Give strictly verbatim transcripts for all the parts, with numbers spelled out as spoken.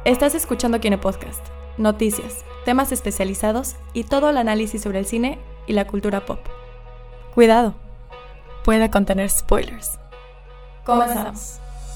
Estás escuchando Kine Podcast, noticias, temas especializados y todo el análisis sobre el cine y la cultura pop. Cuidado, puede contener spoilers. Comenzamos.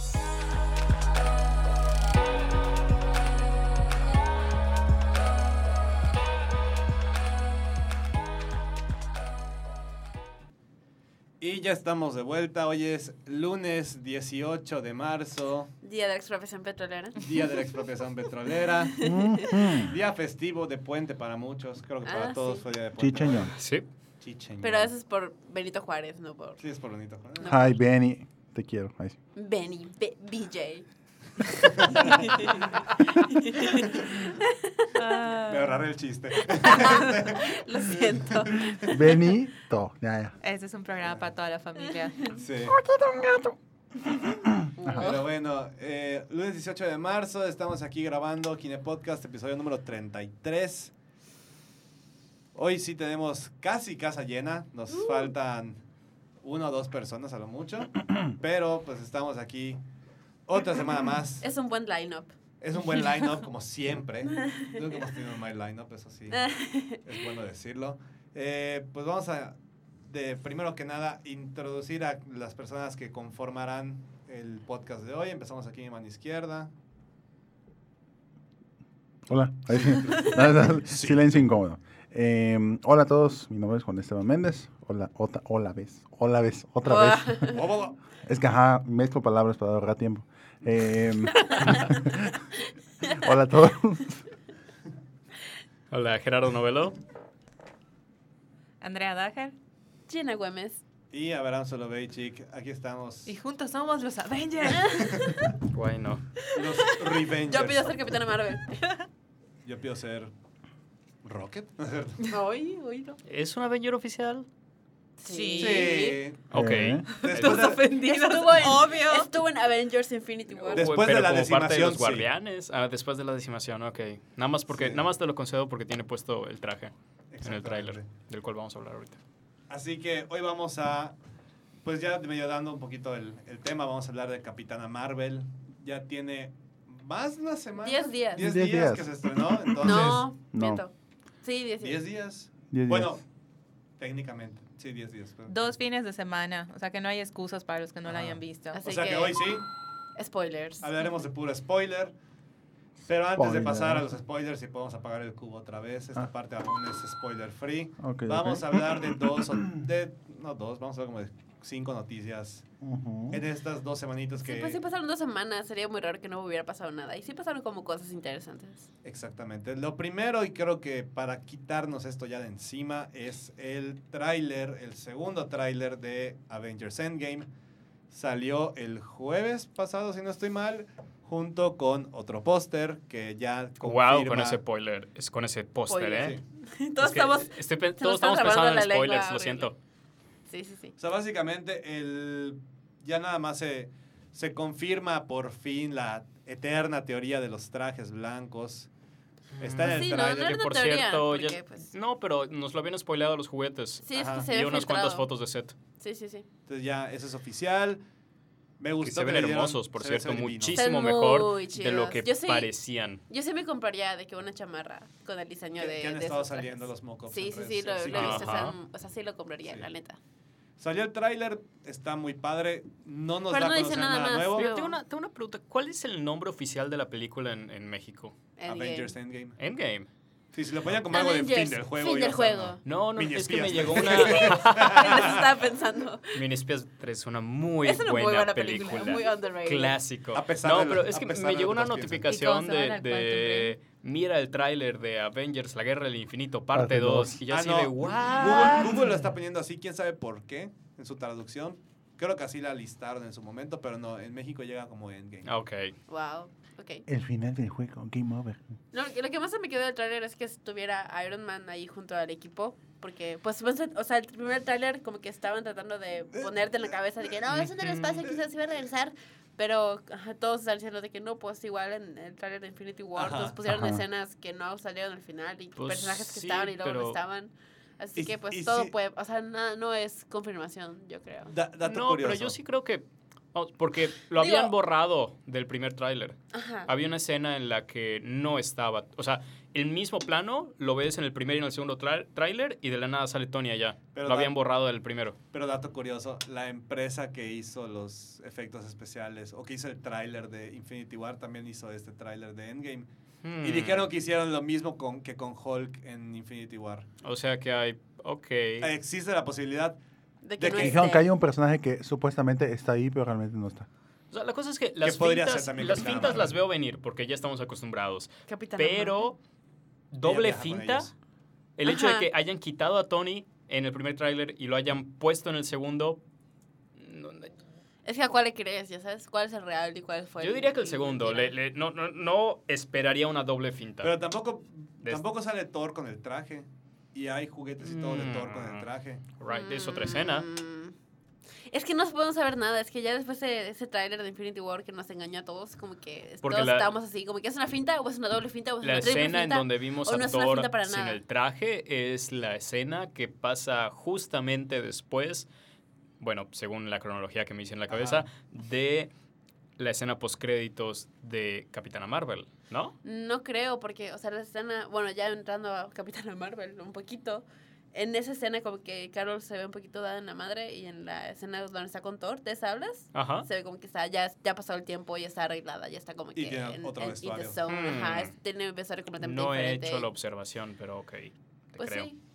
Y ya estamos de vuelta. Hoy es lunes dieciocho de marzo. Día de la expropiación petrolera. Día de la expropiación petrolera. Día festivo de puente para muchos. Creo que para Ah, todos sí. fue día de puente. Chicheñón. Sí. Chicheñón. Pero eso es por Benito Juárez, no por Sí, es por bonito. ¿no? Hi, Benny. Te quiero. Ay, sí. Benny, B- B J. Me ahorraré el chiste. Lo siento. Benito. Ya, ya. Este es un programa para toda la familia. Sí. Pero bueno, eh, lunes dieciocho de marzo, estamos aquí grabando Kine Podcast, episodio número treinta y tres. Hoy sí tenemos casi casa llena, nos Uh. faltan una o dos personas a lo mucho, pero pues estamos aquí otra semana más. Es un buen line-up. Es un buen line-up, como siempre. Nunca hemos tenido un mal line-up, eso sí, es bueno decirlo. Eh, pues vamos a, de primero que nada, introducir a las personas que conformarán el podcast de hoy. Empezamos aquí en mi mano izquierda. Hola. Ahí sí. No, no, silencio incómodo. Eh, hola a todos. Mi nombre es Juan Esteban Méndez. Hola, otra, hola vez. Hola vez. Otra vez. Es que ajá, mezclo palabras para ahorrar tiempo. Eh, hola a todos. Hola, Gerardo Novelo. Andrea Dager. Gina Güemes. Y Abraham Soloveitchik, aquí estamos. Y juntos somos los Avengers. Bueno. Los Revengers. Yo pido ser Capitana Marvel. Yo pido ser Rocket. Hoy, hoy no. ¿Es un Avenger oficial? Sí. Sí. Ok. Eh, Después de, ofendidos. Estuvo en, Obvio. estuvo en Avengers Infinity War. Después Pero de la como parte de decimación, los sí. guardianes. Ah, después de la decimación, ok. Nada más porque, Sí. nada más te lo concedo porque tiene puesto el traje en el Exactamente. tráiler, del cual vamos a hablar ahorita. Así que hoy vamos a, pues ya medio dando un poquito el, el tema, vamos a hablar de Capitana Marvel. Ya tiene más de una semana. Diez días. Diez Diez días días. que se estrenó, entonces. No, No. miento. Sí, diez Diez días. diez Bueno, días. técnicamente, sí, diez días. pero- Dos fines de semana. O sea que no hay excusas para los que no la Ajá. hayan visto. Así O sea que, que- hoy sí, Spoilers. hablaremos de puro spoiler. Pero antes de Spoiler. pasar a los spoilers, si podemos apagar el cubo otra vez, esta Ah. parte aún es spoiler free. Ok, Vamos ok. a hablar de dos, o- de, no dos, vamos a hablar como de cinco noticias Ujú. en estas dos semanitas que... Sí, pues sí pasaron dos semanas. Sería muy raro que no hubiera pasado nada. Y sí pasaron como cosas interesantes. Exactamente. Lo primero, y creo que para quitarnos esto ya de encima, es el tráiler, el segundo tráiler de Avengers Endgame. Salió el jueves pasado, si no estoy mal, junto con otro póster que ya confirma... Wow, con ese spoiler, es con ese póster, Spoiler. ¿eh? Sí. Todos Es que estamos... estoy pe- nos todos está estamos trabando pensando en la lengua spoilers, lo horrible. siento. Sí, sí, sí. O sea, básicamente, el, ya nada más se, se confirma por fin la eterna teoría de los trajes blancos. Está en el Sí, no, tráiler. no Que era por una teoría, cierto, ya- porque, pues- no, pero nos lo habían spoileado los juguetes. Sí, es Ajá. que se Y ve unas filtrado. cuantas fotos de set. Sí, sí, sí. Entonces ya, eso es oficial. Me gustó Que se ven le dieron- hermosos, por se ve- cierto, se ven divinos. muchísimo Están mejor muy de lo chidos. que Yo sí- parecían. Yo sí me compraría de que una chamarra con el diseño Que, de que han de estado esos trajes. saliendo los mock-ups. Sí, en sí, redes sí, lo, sociales. lo he visto. O sea, Ajá. o sea, sí lo compraría, Sí. la neta. Salió el tráiler, está muy padre. No nos Pero da no a dice conocer nada nada, más. nuevo. Pero- Tengo una, tengo una pregunta. ¿Cuál es el nombre oficial de la película en, en México? Endgame. Avengers Endgame. Endgame. Sí, si lo ponían como algo de fin Avengers, del juego. fin ya del o sea, juego. No, no, Mini es que me espías. llegó una... Eso estaba pensando. Mini Espías tres es una muy Es una muy buena buena película. película, muy underrated. Clásico. A pesar no, de pero lo- es a que pesar me de llegó lo una que todos notificación piensan. ¿Y de, cómo se van al de mira el tráiler de Avengers, la guerra del infinito, parte Parte dos. dos. Y yo Ah, así no. de, Google, ¿what? Google lo está poniendo así, quién sabe por qué, en su traducción. Creo que así la listaron en su momento, pero no, en México llega como Endgame. Ah, ok. Wow. Ok. El final del juego, Game Over. No, lo que más se me quedó del tráiler es que estuviera Iron Man ahí junto al equipo. Porque, pues, pues, o sea, el primer tráiler como que estaban tratando de ponerte en la cabeza de que no, es en el espacio, quizás se iba a regresar. Pero ajá, todos están diciendo de que no, pues igual en el tráiler de Infinity War Ajá, nos pusieron ajá. escenas que no salieron al final y Pues personajes que sí, estaban y luego pero- no estaban. Así Y- que pues y todo sí- puede, o sea, no, no es confirmación, yo creo. Da- dato No, curioso. pero yo sí creo que, Vamos, porque lo Digo- habían borrado del primer tráiler. Ajá. Había una escena en la que no estaba. O sea, el mismo plano lo ves en el primer y en el segundo tra- tráiler y de la nada sale Tony allá. Pero lo habían da- borrado del primero. Pero dato curioso, la empresa que hizo los efectos especiales o que hizo el tráiler de Infinity War también hizo este tráiler de Endgame. Hmm. Y dijeron que hicieron lo mismo con, que con Hulk en Infinity War. O sea que hay... Ok. Existe la posibilidad. De de que no que- esté. Dijeron que hay un personaje que supuestamente está ahí, pero realmente no está. O sea, la cosa es que las podría fintas, ser también las Capitana fintas Marvel. las veo venir porque ya estamos acostumbrados. Capitana Pero doble viaja con finta, ellos. el hecho Ajá. de que hayan quitado a Tony en el primer tráiler y lo hayan puesto en el segundo... no, no, Es que a cuál le crees, ya sabes, cuál es el real y cuál fue yo diría que el y segundo. mentira. Le- le- no, no, no esperaría una doble finta. Pero tampoco, De- tampoco sale Thor con el traje. Y hay juguetes y todo de Thor con el Mm. traje. Right, es otra escena. Mm. Es que no podemos saber nada, es que ya después de ese tráiler de Infinity War que nos engañó a todos, como que Porque todos la- estábamos así, como que es una finta o es una doble finta o es La una triple escena en finta. donde vimos o a no es una Thor finta para sin nada. el traje es la escena que pasa justamente después, bueno, según la cronología que me hice en la cabeza, Ajá. de la escena postcréditos de Capitana Marvel, ¿no? No creo, porque, o sea, la escena, bueno, ya entrando a Capitana Marvel un poquito, en esa escena como que Carol se ve un poquito dada en la madre y en la escena donde está con Thor, ¿te hablas? Ajá. Se ve como que está, ya, ya ha pasado el tiempo, ya está arreglada, ya está como que tiene en, otro en- in the vestuario. zone, Hmm. ajá, es- tiene un vestuario completamente No he diferente. hecho la observación, pero ok, te Pues creo. sí.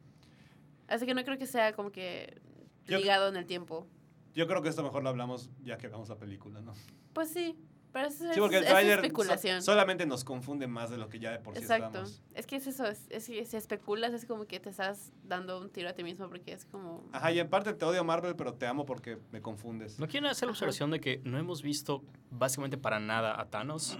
Así que no creo que sea como que Yo- ligado en el tiempo. Yo creo que esto mejor lo hablamos ya que veamos la película, ¿no? Pues sí, pero eso es, Sí, porque el es tráiler especulación. so- solamente nos confunde más de lo que ya de por sí Exacto. estamos. Es que es eso, es, es que si especulas es como que te estás dando un tiro a ti mismo porque es como... Ajá, y en parte te odio Marvel, pero te amo porque me confundes. ¿No quieren hacer la Ajá. observación de que no hemos visto básicamente para nada a Thanos?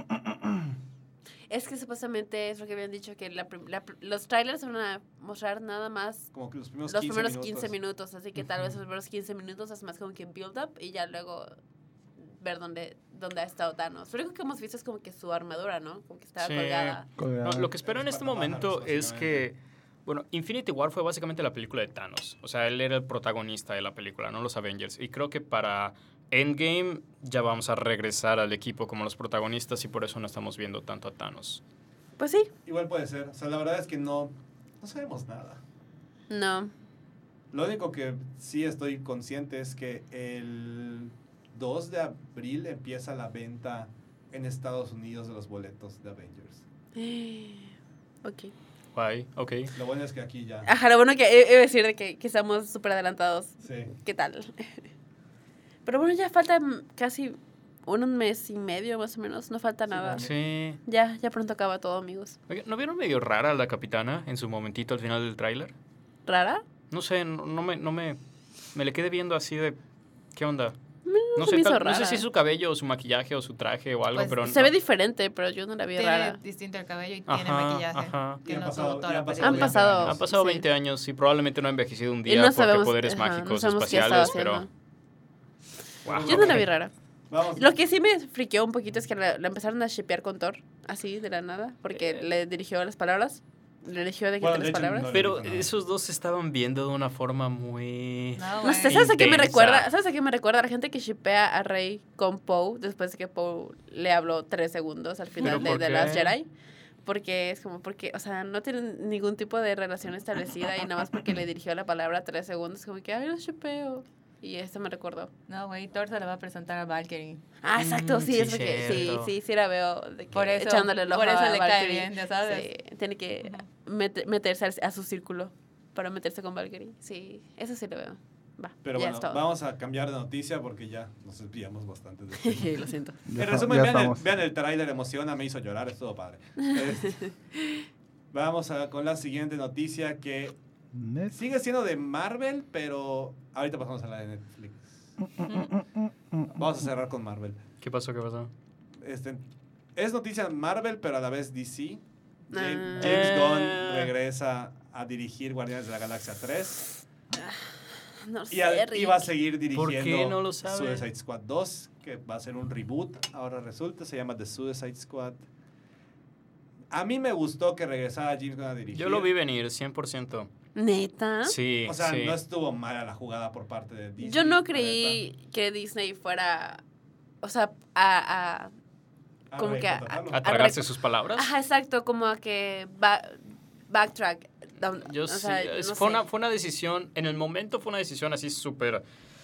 Es que supuestamente es lo que habían dicho, que la prim- la pr- los trailers van a mostrar nada más Como que los primeros los quince primeros minutos. quince minutos, así que tal Ujú. vez los primeros quince minutos es más como que build up y ya luego ver dónde, dónde ha estado Thanos. Lo único que hemos visto es como que su armadura, ¿no? Como que estaba Sí. colgada. No, lo que espero en este momento Espantapájaros, es que, bueno, Infinity War fue básicamente la película de Thanos. O sea, él era el protagonista de la película, no los Avengers. Y creo que para Endgame ya vamos a regresar al equipo como los protagonistas y por eso no estamos viendo tanto a Thanos. Pues sí, Igual puede ser. O sea, la verdad es que no, no sabemos nada. no. Lo único que sí estoy consciente es que el dos de abril empieza la venta en Estados Unidos de los boletos de Avengers. Ok. Guay, ok. Lo bueno es que aquí ya... Ajá, lo bueno que i- iba a decir de que, que estamos súper adelantados. Sí. ¿Qué tal? Pero bueno, ya falta mm, casi un mes y medio más o menos. No falta nada. Sí. Ya, ya pronto acaba todo, amigos. Oye, ¿no vieron medio rara a la capitana en su momentito al final del tráiler? ¿Rara? No sé, no, no me, no me... Me le quedé viendo así de... ¿Qué onda? No se sé, me hizo tal- no sé rara. si es su cabello o su maquillaje o su traje o algo, Pues, pero... Se no- ve diferente, pero yo no la vi Tiene rara. distinto el cabello y tiene Ajá, maquillaje. ajá. Que Y han no pasado- tuvo toda y la han pasado película. Han pasado... Han pasado sí. veinte años y probablemente no ha envejecido un Y día no porque sabemos, poderes ajá, no mágicos sabemos qué estaba espaciales, pero... haciendo. Wow, Yo no la ok. vi rara. Vamos. Lo que sí me friqueó un poquito es que la, la empezaron a shipear con Thor, así de la nada, porque Eh. le dirigió las palabras. Le dirigió de que Bueno, de tres hecho, palabras. no le Pero dijo nada. esos dos se estaban viendo de una forma muy... No, No sé, güey. ¿sabes a qué me Intensa. recuerda? ¿Sabes a qué me recuerda? La gente que shipea a Rey con Poe después de que Poe le habló tres segundos al final ¿Pero de por The qué? Last Jedi. Porque es como, porque, o sea, no tienen ningún tipo de relación establecida y nada más porque le dirigió la palabra tres segundos, como que, ay, lo shipeo. Y esto me recordó. No, güey, Thor se le va a presentar a Valkyrie. Ah, exacto, Mm, sí, sí, es porque, sí, cierto. sí, sí la veo de que Por eso, echándole el ojo por eso a le cae Valkyrie. bien, ya sabes. Sí, tiene que mete- meterse al- a su círculo para meterse con Valkyrie. Sí, eso sí lo veo. Va, Pero ya bueno, es todo. vamos a cambiar de noticia porque ya nos desviamos bastante de esto. Lo siento. Ya En está- resumen, ya vean el, estamos. vean el tráiler, emociona, me hizo llorar, estuvo padre. Este, vamos a, con la siguiente noticia que Net- sigue siendo de Marvel, pero ahorita pasamos a la de Netflix. Vamos a cerrar con Marvel. ¿Qué pasó? ¿Qué pasó? Este, es noticia Marvel, pero a la vez D C. James, Ah. James Eh. Gunn regresa a dirigir Guardianes de la Galaxia tres. No Y, sé, a- Rick. y va a seguir dirigiendo ¿Por qué no lo sabe? Suicide Squad dos, que va a ser un reboot. Ahora resulta, se llama The Suicide Squad. A mí me gustó que regresara James Gunn a dirigir. Yo lo vi venir, cien por ciento. ¿Neta? Sí, O sea, sí. no estuvo mala la jugada por parte de Disney. Yo no la creí neta. que Disney fuera, o sea, a... a Ah, como güey, que a- contratarlo. ¿A tragarse reco- sus palabras? ajá, exacto, como a que ba- backtrack. down- Yo o sí, sea, es- no fue, sé. una, fue una decisión, en el momento fue una decisión así súper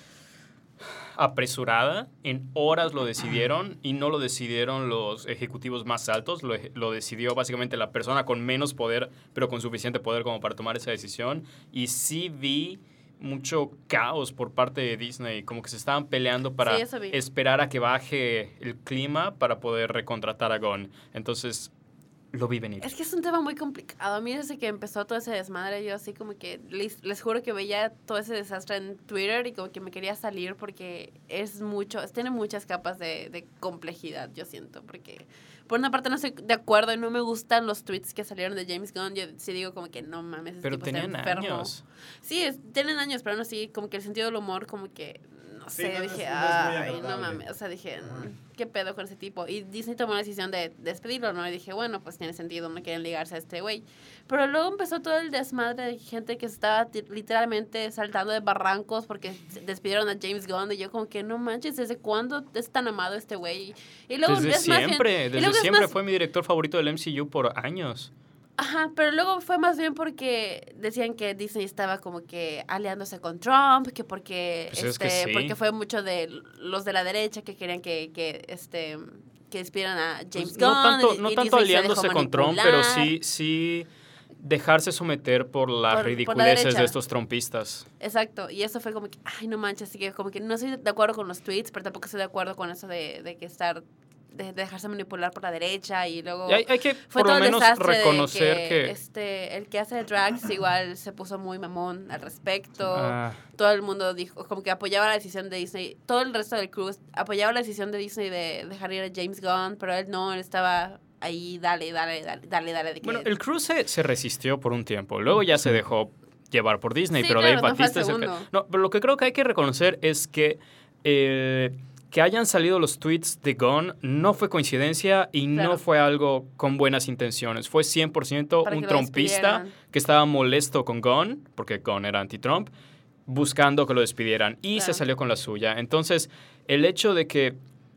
apresurada. En horas lo decidieron y no lo decidieron los ejecutivos más altos, lo, ej- lo decidió básicamente la persona con menos poder, pero con suficiente poder como para tomar esa decisión. Y sí vi mucho caos por parte de Disney, como que se estaban peleando para Sí, eso vi. esperar a que baje el clima para poder recontratar a Gunn. Entonces, lo vi venir. Es que es un tema muy complicado. A mí desde que empezó todo ese desmadre, yo así como que les, les juro que veía todo ese desastre en Twitter y como que me quería salir porque es mucho, tiene muchas capas de, de complejidad, yo siento. Porque por una parte no estoy de acuerdo y no me gustan los tweets que salieron de James Gunn. Yo sí digo como que no mames, ese Pero tipo está tenían enfermo. años. Sí, es- tienen años, pero no sí, como que el sentido del humor como que... No Sí, sé, no es- dije, no es muy ay, no agradable". mames, o sea, dije, mm, ¿qué pedo con ese tipo? Y Disney tomó la decisión de despedirlo, ¿no? Y dije, bueno, pues tiene sentido, no quieren ligarse a este güey. Pero luego empezó todo el desmadre de gente que estaba ti- literalmente saltando de barrancos porque se- despidieron a James Gunn y yo como que, no manches, ¿desde cuándo es tan amado este güey? Y luego Desde es más bien- siempre, y desde luego es siempre más- fue mi director favorito del M C U por años. Ajá, pero luego fue más bien porque decían que Disney estaba como que aliándose con Trump, que porque Pues es este, que sí. porque fue mucho de los de la derecha que querían que, que este que despidieran a James Pues, Gunn. no tanto, y- no y tanto Disney se aliándose dejó con Trump, pero manipular. sí, sí dejarse someter por las Por- por la ridiculeces derecha. de estos trumpistas. Exacto, y eso fue como que, ay, no manches, así que como que no estoy de acuerdo con los tweets, pero tampoco estoy de acuerdo con eso de, de que estar, de, de dejarse manipular por la derecha y luego... Y hay, hay que Fue por todo lo el menos desastre de reconocer que, que... este el que hace drags igual se puso muy mamón al respecto. Ah, Todo el mundo dijo como que apoyaba la decisión de Disney. Todo el resto del crew apoyaba la decisión de Disney de dejar ir a James Gunn, pero él no, él estaba ahí, dale, dale, dale, dale, dale. De que, bueno, el crew se, se resistió por un tiempo, luego ya se dejó llevar por Disney, Sí, pero claro, Dave no fue Bautista el es el que... segundo. No, pero lo que creo que hay que reconocer es que... eh, que hayan salido los tweets de Gunn no fue coincidencia y Claro. no fue algo con buenas intenciones. Fue cien por ciento Para un que lo trumpista despidieran. que estaba molesto con Gunn, porque Gunn era anti-Trump, buscando que lo despidieran y Claro. se salió con la suya. Entonces, el hecho de que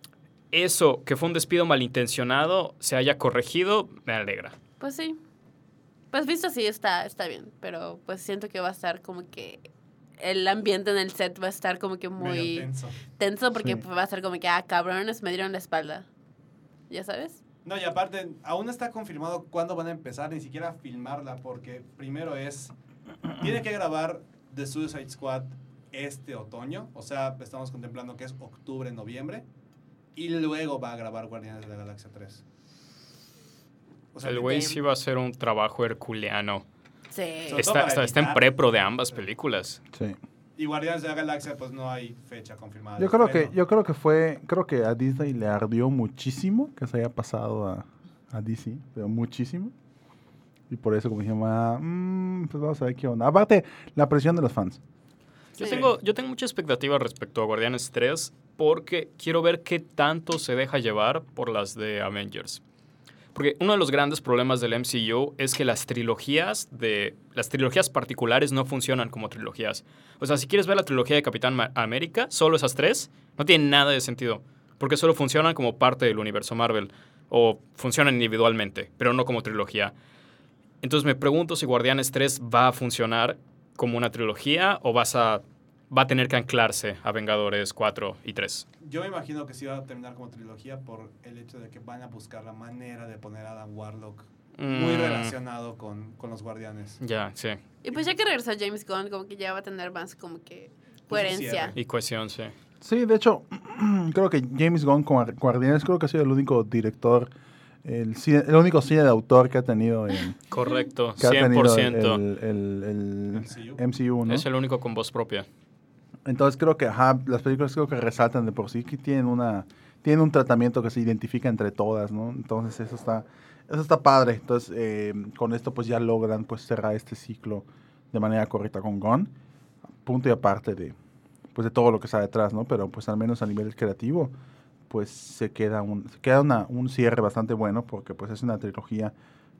eso, que fue un despido malintencionado, se haya corregido, me alegra. Pues sí. Pues visto así está, está bien, pero pues siento que va a estar como que el ambiente en el set va a estar como que Medio muy tenso. tenso porque Sí. pues, va a ser como que, ah, cabrones, me dieron la espalda. ¿Ya sabes? No, y aparte, aún no está confirmado cuándo van a empezar, ni siquiera a filmarla, porque primero es, tiene que grabar The Suicide Squad este otoño, o sea, estamos contemplando que es octubre, noviembre, y luego va a grabar Guardianes de la Galaxia tres. O sea, El que güey te- sí va a hacer un trabajo herculeano. Sí. Sobre todo Está, para está, está en editar. prepro de ambas películas. Sí. Y Guardianes de la Galaxia, pues no hay fecha confirmada. Yo de creo que, estreno. yo creo que fue, creo que a Disney le ardió muchísimo que se haya pasado a, a D C, pero muchísimo. Y por eso como dijimos, ah, mm, pues vamos a ver qué onda. Aparte, la presión de los fans. Yo, Sí. tengo, yo tengo mucha expectativa respecto a Guardianes tres porque quiero ver qué tanto se deja llevar por las de Avengers. Porque uno de los grandes problemas del M C U es que las trilogías de las trilogías particulares no funcionan como trilogías. O sea, si quieres ver la trilogía de Capitán Ma- América, solo esas tres, no tienen nada de sentido. Porque solo funcionan como parte del universo Marvel. O funcionan individualmente, pero no como trilogía. Entonces me pregunto si Guardianes tres va a funcionar como una trilogía o vas a, va a tener que anclarse a Vengadores cuatro y tres. Yo me imagino que sí va a terminar como trilogía por el hecho de que van a buscar la manera de poner a Adam Warlock muy Mm, relacionado con, con los Guardianes. Ya, sí. Y pues ya que regresó James Gunn, como que ya va a tener más como que Pues un coherencia. cierre. Y cohesión, sí. Sí, de hecho, creo que James Gunn con Guar- Guardianes creo que ha sido el único director, el, cine- el único cine de autor que ha tenido en Correcto, que ha cien tenido por ciento. el, el- el M C U. M C U, ¿no? Es el único con voz propia. Entonces creo que ajá, las películas creo que resaltan de por sí que tienen una tienen un tratamiento que se identifica entre todas, ¿no? Entonces eso está eso está padre. Entonces eh, con esto pues ya logran pues cerrar este ciclo de manera correcta con Gunn, punto y aparte de pues de todo lo que está detrás, ¿no? Pero pues al menos a nivel creativo pues se queda un se queda una, un cierre bastante bueno porque pues es una trilogía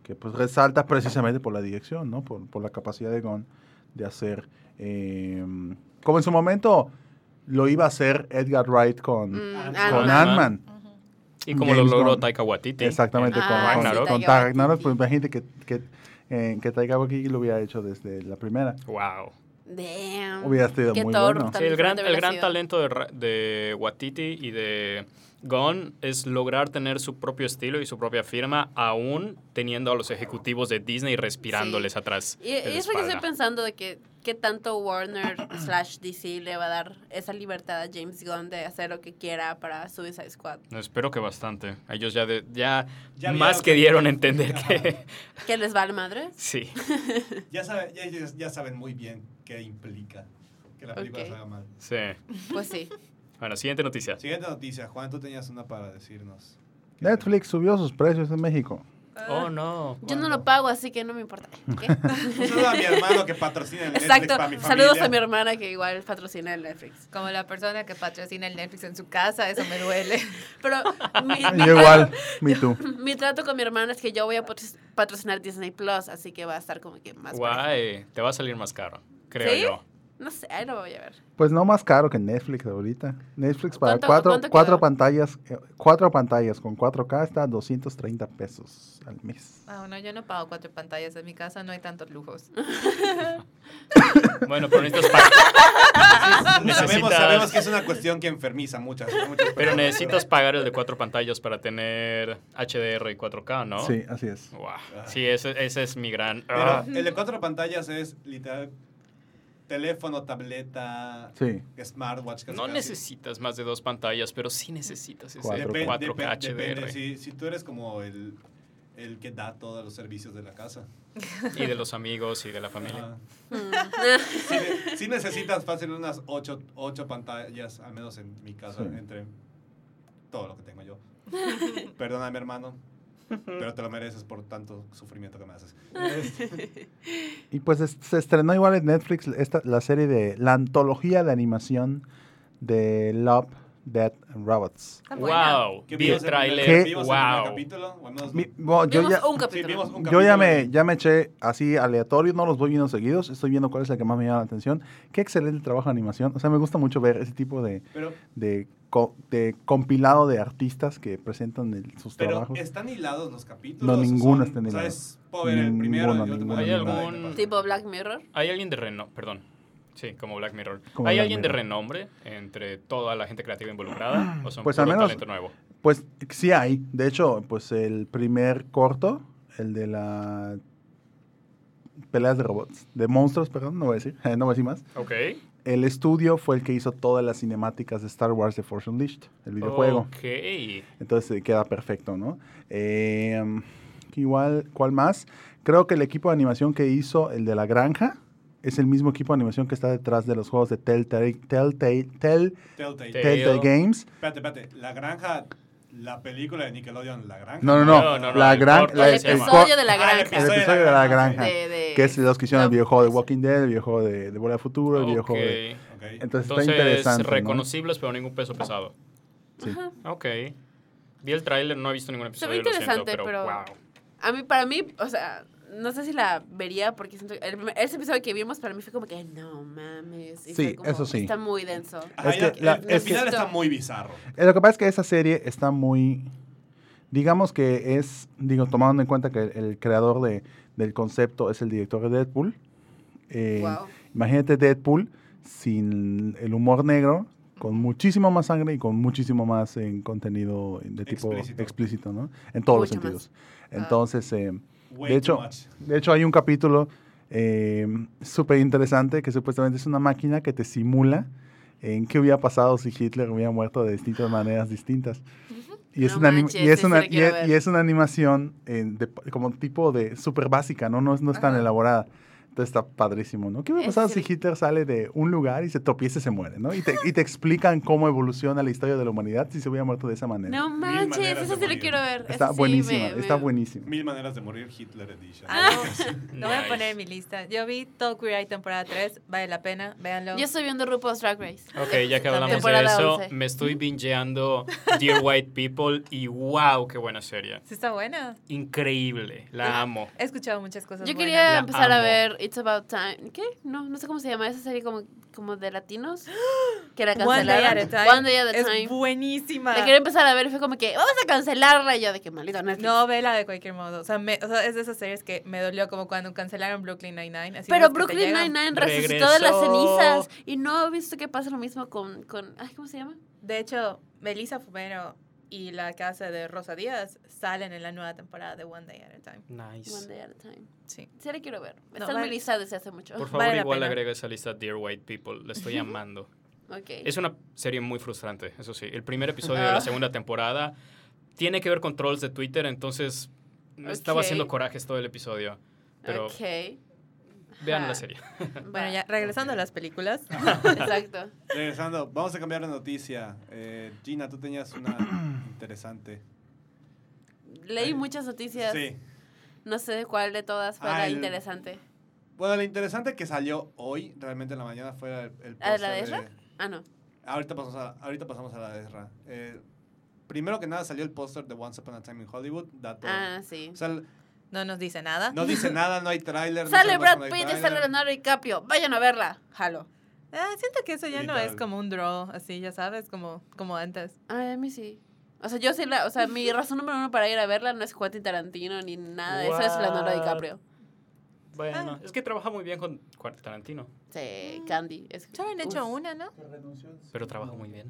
que pues resalta precisamente por la dirección, ¿no? Por, por la capacidad de Gunn de hacer, eh, como en su momento lo iba a hacer Edgar Wright con, Mm, con Ant-Man. Ant-Man. Y como James lo logró Gunn. Taika Waititi. Exactamente, Ah, con, sí, con, Ragnarok. con Taika Ragnarok, pues Waititi. imagínate que, que, eh, que Taika Waititi lo hubiera hecho desde la primera. Wow. Damn. Hubiera sido Qué muy Thor bueno. tan Sí, el gran, diferente el hubiera gran sido. talento de, Ra- de Waititi y de Gunn es lograr tener su propio estilo y su propia firma, aún teniendo a los ejecutivos de Disney respirándoles Sí. atrás. Y, de y la es lo que estoy espalda. pensando de que qué tanto Warner slash D C le va a dar esa libertad a James Gunn de hacer lo que quiera para Suicide Squad. No, espero que bastante. Ellos ya, de- ya, Ya más vieron que que- dieron a entender Ajá. que... ¿Qué les vale madre? Sí. Ya, sabe- ya, ellos ya saben muy bien qué implica que la película Ok. se haga mal. Sí. Pues sí. Bueno, siguiente noticia. Siguiente noticia. Juan, tú tenías una para decirnos. Netflix subió sus precios en México. Oh, no. Yo no ¿Cuándo? lo pago, así que no me importa. ¿Qué? Un saludo a mi hermano que patrocina el Netflix Exacto. para mi Saludos familia. a mi hermana que igual patrocina el Netflix. Como la persona que patrocina el Netflix en su casa, eso me duele. Pero mi, mi Yo igual, me too. mi trato con mi hermana es que yo voy a patro- patrocinar Disney Plus, así que va a estar como que más parejo. Guay. Te va a salir más caro, creo ¿Sí? yo. No sé, ahí lo voy a ver. Pues no más caro que Netflix ahorita. Netflix para ¿Cuánto- cuatro, cuánto cuatro quedó? pantallas, eh, cuatro pantallas con cuatro K está a doscientos treinta pesos al mes. Ah, bueno, yo no pago cuatro pantallas en mi casa, no hay tantos lujos. Bueno, pero necesitas pagar. Sabemos, necesitas- sabemos que es una cuestión que enfermiza muchas, muchas Pero personas, necesitas pagar el de cuatro pantallas para tener H D R y cuatro K, ¿no? Sí, así es. Wow. Sí, ese, ese es mi gran... Pero Ah. el de cuatro pantallas es literal teléfono, tableta, Sí. smartwatch. casi No casi. necesitas más de dos pantallas, pero sí necesitas ese Cuatro K. Depen- cuatro K depen- H D R. depende, si, si tú eres como el, el que da todos los servicios de la casa. Y de los amigos y de la familia. Ajá. Mm. Sí, ne- sí necesitas fácil unas ocho, ocho pantallas, al menos en mi casa, Sí. entre todo lo que tengo yo. Perdóname, hermano, pero te lo mereces por tanto sufrimiento que me haces. Y pues es- se estrenó igual en Netflix esta, la serie de la antología de animación de Love, Death and Robots. Está buena. Wow. ¿Qué Vi el vimos en el tráiler. primer- ¿Qué? vimos el primer Wow. capítulo? O al menos Mi- no. bueno, yo Vimos ya, un Sí, capítulo. vimos un yo ya capítulo me, y- ya me eché así aleatorio, no los voy viendo seguidos, estoy viendo cuál es el que más me llama la atención. Qué excelente trabajo de animación. O sea, me gusta mucho ver ese tipo de, Pero, de, co- de compilado de artistas que presentan el- sus pero trabajos. ¿están hilados los capítulos? No, o ninguno son- está O sea, hilado. es puedo ver el primero y Ninguno, el último. ninguno, ¿Hay capítulo y algún- me paso. Tipo Black Mirror. ¿Hay alguien de renombre? Perdón. Sí, como Black Mirror. Como ¿Hay Black alguien de Mirror. renombre entre toda la gente creativa involucrada? ¿O son Pues puro al menos- talento nuevo? Pues sí hay. De hecho, pues el primer corto, el de la peleas de robots, de monstruos, perdón, no voy a decir, no voy a decir más. Ok. El estudio fue el que hizo todas las cinemáticas de Star Wars The Force Unleashed, el videojuego. Ok. Entonces eh, queda perfecto, ¿no? Eh, um, igual, ¿cuál más? Creo que el equipo de animación que hizo el de la granja es el mismo equipo de animación que está detrás de los juegos de Telltale, Telltale, Tell- Telltale. Te- Telltale Games. Espérate, espérate. La granja, la película de Nickelodeon, La Granja. No, no, no. No, no, no, la el gran, corto la- El se llama. episodio de la Ah, el granja. el episodio episodio de la granja. De- de- que es los que hicieron el no, videojuego de pues, Walking Dead, el videojuego de, de Bola de Futuro, el Ok. videojuego de... Ok. Entonces, está Entonces, interesante, ¿no? reconocibles, pero ningún peso pesado. Sí. Ok. Vi el tráiler, no he visto ningún Se episodio, ve lo siento, interesante, pero, pero- wow. A mí, para mí, o sea, no sé si la vería porque siento el primer- ese episodio que vimos para mí fue como que no mames. Y Sí, fue como, eso sí. Está muy denso. Ajá, Es ya- que la- el, el es que- final está muy bizarro. Eh, Lo que pasa es que esa serie está muy... Digamos que es, digo, tomando en cuenta que el, el creador de, del concepto es el director de Deadpool. eh, Wow. Imagínate Deadpool sin el humor negro, con muchísimo más sangre y con muchísimo más en contenido de tipo Explícito. explícito, ¿no? En todos los Mucho más. sentidos. Entonces, eh, Way de too hecho, much. de hecho, hay un capítulo eh, súper interesante que supuestamente es una máquina que te simula en qué hubiera pasado si Hitler hubiera muerto de distintas maneras distintas. Y es, No una, anim- manches, y, es ese una, lo quiero y, es, ver. y es una animación eh, de- como tipo de súper básica, ¿no? No es, no es tan Ajá. elaborada. Entonces está padrísimo, ¿no? ¿Qué hubiera Es pasado si el- Hitler sale de un lugar y se tropieza y se muere, ¿no? Y te, y te explican cómo evoluciona la historia de la humanidad si se hubiera muerto de esa manera. No manches, maneras eso de sí lo morir. quiero ver. Está Eso sí buenísima, me- está me- buenísima. Mil maneras de morir Hitler Edition. Ah, Nice. lo voy a poner en mi lista. Yo vi todo Queer Eye temporada tres, vale la pena, véanlo. Yo estoy viendo RuPaul's Drag Race. Ok, ya que hablamos de Temporada eso, once. me estoy bingeando Dear White People y wow, qué buena serie. Sí está buena. Increíble, la amo. He escuchado muchas cosas Yo buenas. quería La empezar a amo. ver It's About Time. ¿Qué? No, no sé cómo se llama esa serie como, como de latinos. Que la One Day cancelaron. at a Time. One Day at a es Time. buenísima. La quería empezar a ver y fue como que vamos a cancelarla. Y yo de que maldito Netflix. No, vela de cualquier modo. O sea, me, o sea, es de esas series que me dolió como cuando cancelaron Brooklyn Nine-Nine. así Pero ves que te Brooklyn llegan. Nine-Nine resucitó de las Regresó. cenizas. Y no he visto que pasa lo mismo con, con... Ay, ¿cómo se llama? De hecho, Melissa Fumero y la casa de Rosa Díaz salen en la nueva temporada de One Day at a Time. One Nice. Day at a Time. Sí. Sí la quiero ver. No, Está en vale. mi lista desde hace mucho. Por favor, Vale la igual pena. agrega esa lista Dear White People. La estoy amando. Ok. Es una serie muy frustrante, eso sí. El primer episodio de la segunda temporada tiene que ver con trolls de Twitter, entonces me estaba Ok. haciendo corajes todo el episodio. Pero Ok. vean Ajá. la serie. Bueno, ya regresando a las películas. Exacto. Regresando, vamos a cambiar de noticia. Eh, Gina, tú tenías una interesante. Leí Ay. muchas noticias. Sí. No sé cuál de todas fue Ah, la el- interesante. Bueno, lo interesante que salió hoy, realmente en la mañana, fue el, el ¿Ah, la de póster Ezra? Ah, no. Ahorita pasamos a, ahorita pasamos a la de Ezra. Eh, primero que nada salió el póster de Once Upon a Time in Hollywood. Dato. Ah, sí. O sea, el- No nos dice nada. no dice nada, no hay tráiler. no Sale sabemos Brad cuándo hay Pitt y tráiler. sale Leonardo DiCaprio. Vayan a verla. Jalo. Ah, siento que eso ya no Literal. es como un draw, así, ya sabes, como, como antes. Ay, a mí sí. O sea, yo sí la... O sea, mi razón número uno para ir a verla no es Quentin Tarantino ni nada. de Eso es Leonardo What? DiCaprio. Bueno, es que trabaja muy bien con Quentin Tarantino, Sí, Candy. Es, Solo han hecho uf. una, ¿no? pero trabaja muy bien.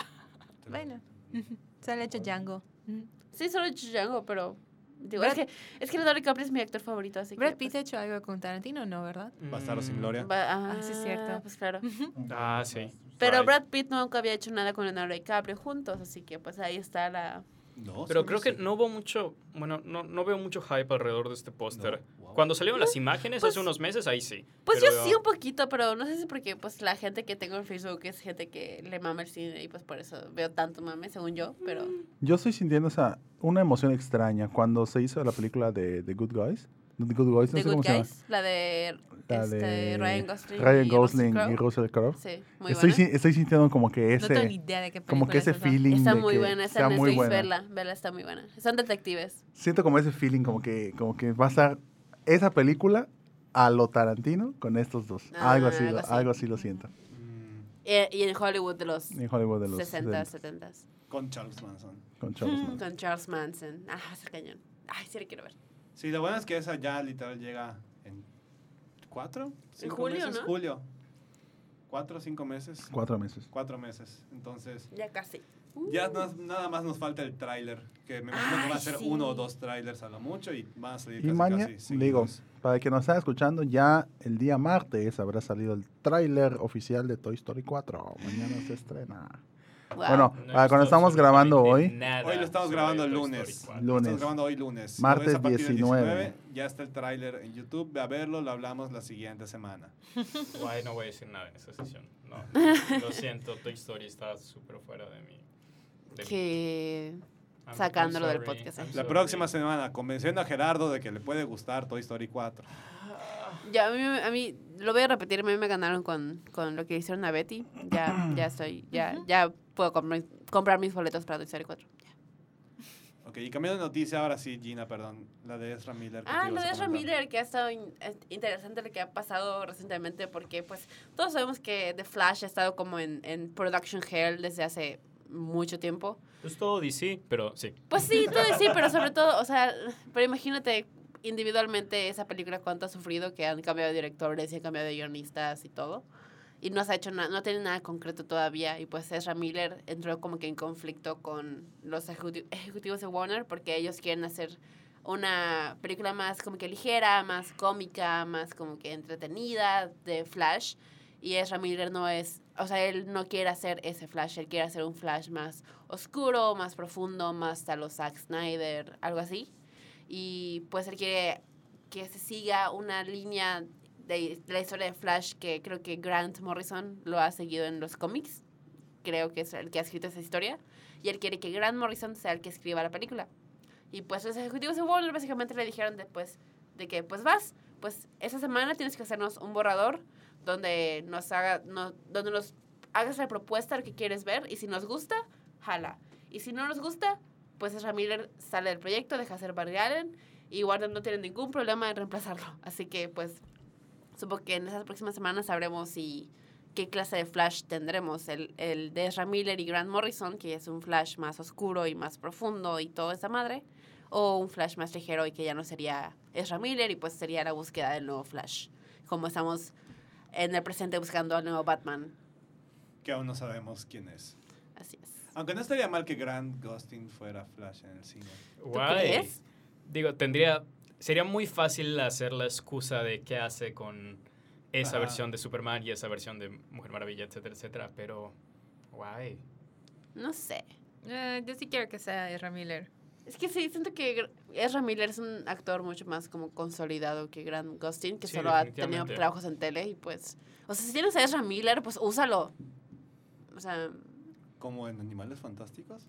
Bueno. Se han hecho Django. Ujú. Sí, solo Django, pero... Digo, Brad- es que, es que Leonardo DiCaprio es mi actor favorito, así Brad que... Pitt pues, ha hecho algo con Tarantino, ¿no, verdad? Bastardo sin Mm, gloria. va- ah, Ah, sí, es cierto. Pues claro. Ah, sí. Pero Right. Brad Pitt nunca había hecho nada con Leonardo DiCaprio juntos, así que pues ahí está la... No, Pero sí, creo que sí. no hubo mucho, bueno, no, no veo mucho hype alrededor de este póster. No, wow. Cuando salieron las imágenes pues- hace unos meses, ahí sí. Pues Pero- yo sí un poquito, pero no sé si porque pues la gente que tengo en Facebook es gente que le mama el cine y pues por eso veo tanto mame, según yo, pero... Yo estoy sintiendo esa, una emoción extraña cuando se hizo la película de The Good Guys. The Good Guys, no The sé cómo Good se llama. Guys, la de, La este, de Ryan Gosling, Ryan y Gosling Russell y Crowe. Russell Crowe. Sí, muy Estoy, buena. si- estoy sintiendo como que No tengo ni ese, idea de qué como que ese película es esa. feeling Está de muy que buena, está está en muy Netflix, buena. verla, verla, está muy buena. Son detectives. Siento como ese feeling como que, como que va a estar esa película a lo Tarantino con estos dos. Ah, algo así, algo lo- así. algo así lo siento. Mm, Eh, y en Hollywood de los En Hollywood de los sesenta, sesenta, setenta. con Charles Manson. con Charles Manson. Con Charles Manson. Ah, va a ser cañón. Ay, sí la quiero ver. Sí, lo bueno es que esa ya literal llega en cuatro, cinco julio, meses, ¿no? julio. Cuatro, cinco meses. Cuatro meses. Cuatro meses. Entonces, Ya casi. ya no- nada más nos falta el tráiler, que me imagino que va a Ay, ser sí. uno o dos trailers a lo mucho y van a salir Y casi, mañana, casi digo, seguidos. para que nos estén escuchando, ya el día martes habrá salido el tráiler oficial de Toy Story cuatro. Mañana se estrena. Wow. Bueno, No he para cuando visto estamos grabando hoy, absolutamente nada Hoy lo estamos sobre grabando el Toy lunes. Story cuatro. Lo Lunes. Estamos grabando hoy lunes. Martes Lo ves a partir del diecinueve. Ya está el tráiler en YouTube. Ve a verlo, lo hablamos la siguiente semana. Guay, no voy a decir nada en esta sesión. No, lo siento, Toy Story está súper fuera de mí. de mí. Que... I'm- sacándolo I'm del sorry, podcast, I'm eh. La sorry. próxima semana, convenciendo a Gerardo de que le puede gustar Toy Story cuatro. Ya, a mí, a mí, lo voy a repetir, a mí me ganaron con, con lo que hicieron a Betty. Ya, ya estoy, ya, ya puedo comprar, comprar mis boletos para Toy Story cuatro. Ok, y cambiando de noticia, ahora sí, Gina, perdón. La de Ezra Miller. que te Ah, lo ibas de a Ezra comentar. Miller, que ha estado in- eh, interesante lo que ha pasado recientemente, porque pues todos sabemos que The Flash ha estado como en, en production hell desde hace mucho tiempo. Es todo D C, pero sí. Pues sí, todo sí, pero sobre todo, o sea, pero imagínate individualmente esa película cuánto ha sufrido, que han cambiado de directores y han cambiado de guionistas y todo. Y no se ha hecho nada, no tiene nada concreto todavía. Y pues Ezra Miller entró como que en conflicto con los ejecuti- ejecutivos de Warner porque ellos quieren hacer una película más como que ligera, más cómica, más como que entretenida de Flash. Y Ezra Miller no es, o sea, él no quiere hacer ese Flash, él quiere hacer un Flash más oscuro, más profundo, más a los Zack Snyder, algo así. Y pues él quiere que se siga una línea de, de la historia de Flash, que creo que Grant Morrison lo ha seguido en los cómics. Creo que es el que ha escrito esa historia. Y él quiere que Grant Morrison sea el que escriba la película. Y pues los ejecutivos de Warner básicamente le dijeron después de que pues vas, pues esa semana tienes que hacernos un borrador donde nos haga, no, donde nos hagas la propuesta de lo que quieres ver, y si nos gusta, jala. Y si no nos gusta, pues Ezra Miller sale del proyecto, deja hacer Barry Allen, y Warner no tiene ningún problema en reemplazarlo. Así que pues supongo que en esas próximas semanas sabremos si qué clase de Flash tendremos. El, el de Ezra Miller y Grant Morrison, que es un Flash más oscuro y más profundo y toda esa madre, o un Flash más ligero y que ya no sería Ezra Miller y pues sería la búsqueda del nuevo Flash, como estamos en el presente buscando al nuevo Batman. Que aún no sabemos quién es. Así es. Aunque no estaría mal que Grant Gustin fuera Flash en el cine. ¿Tú Guay. crees? Digo, tendría... Sería muy fácil hacer la excusa de qué hace con esa Ajá. versión de Superman y esa versión de Mujer Maravilla, etcétera, etcétera. Pero, guay. No sé. Eh, yo sí quiero que sea Ezra Miller. Es que sí, siento que Ezra Miller es un actor mucho más como consolidado que Grant Gustin, que Sí, solo ha tenido definitivamente. trabajos en tele y pues... O sea, si tienes a Ezra Miller, pues úsalo. O sea... Como en Animales Fantásticos.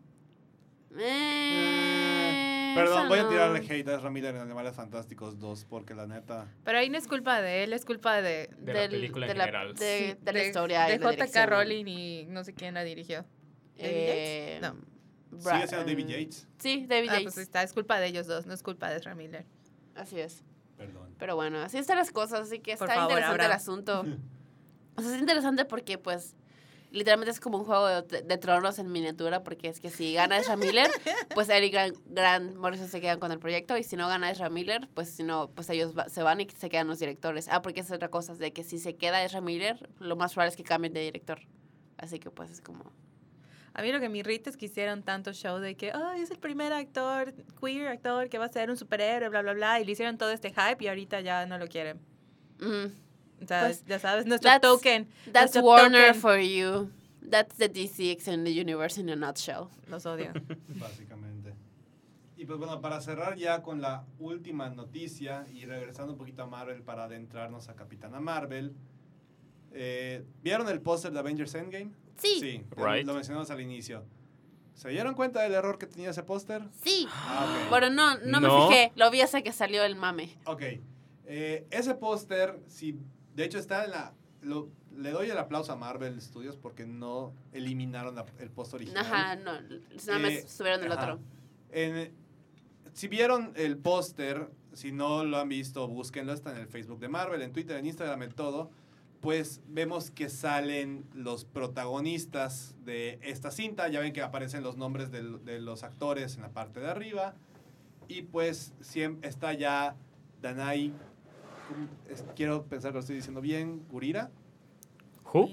Eh, Perdón, eso voy no. a tirarle hate a Ezra Miller en Animales Fantásticos dos, porque la neta... Pero ahí no es culpa de él, es culpa de... De la película en de la, general. De, de la de- historia. De y la J K. dirección. Rowling y no sé quién la dirigió. ¿David Eh, Yates? No. Bra- ¿Sigue siendo David eh, Yates? Sí, David Ah, Yates. pues está, es culpa de ellos dos, no es culpa de Ezra Miller. Así es. Perdón. Pero bueno, así están las cosas, así que Por está favor, interesante el Abraham. asunto. O sea, es interesante porque, pues, literalmente es como un juego de, de tronos en miniatura, porque es que si gana Ezra Miller, pues Eric Grant, Grant Morrison se quedan con el proyecto, y si no gana Ezra Miller, pues si no, pues ellos va- se van y se quedan los directores. Ah, porque es otra cosa, es de que si se queda Ezra Miller, lo más probable es que cambien de director. Así que, pues, es como... A mí lo que me irrita es que hicieron tanto show de que, ay, es el primer actor, queer actor que va a ser un superhéroe, bla, bla, bla, y le hicieron todo este hype y ahorita ya no lo quieren. mm, O sea, Pues, ya sabes, nuestro that's- token. That's nuestro Warner token. for you. That's the D C Extended Universe in a nutshell. Los odio. Básicamente. Y pues bueno, para cerrar ya con la última noticia y regresando un poquito a Marvel para adentrarnos a Capitana Marvel. Eh, ¿Vieron el póster de Avengers Endgame? Sí. Sí, Right. lo mencionamos al inicio. ¿Se dieron cuenta del error que tenía ese póster? Sí. Ah, ok. Bueno, no, no, No. me fijé. Lo vi hasta que salió el mame. Ok. Eh, ese póster, si, de hecho está en la... Lo, le doy el aplauso a Marvel Studios porque no eliminaron la- el póster original. Ajá, no. Nada más Eh, subieron el ajá. otro. En- si vieron el póster, si no lo han visto, búsquenlo, está en el Facebook de Marvel, en Twitter, en Instagram, en todo. Pues vemos que salen los protagonistas de esta cinta. Ya ven que aparecen los nombres del- de los actores en la parte de arriba. Y pues siem- está ya Danai, ¿cómo es? Quiero pensar que lo estoy diciendo bien, Gurira. ¿Who?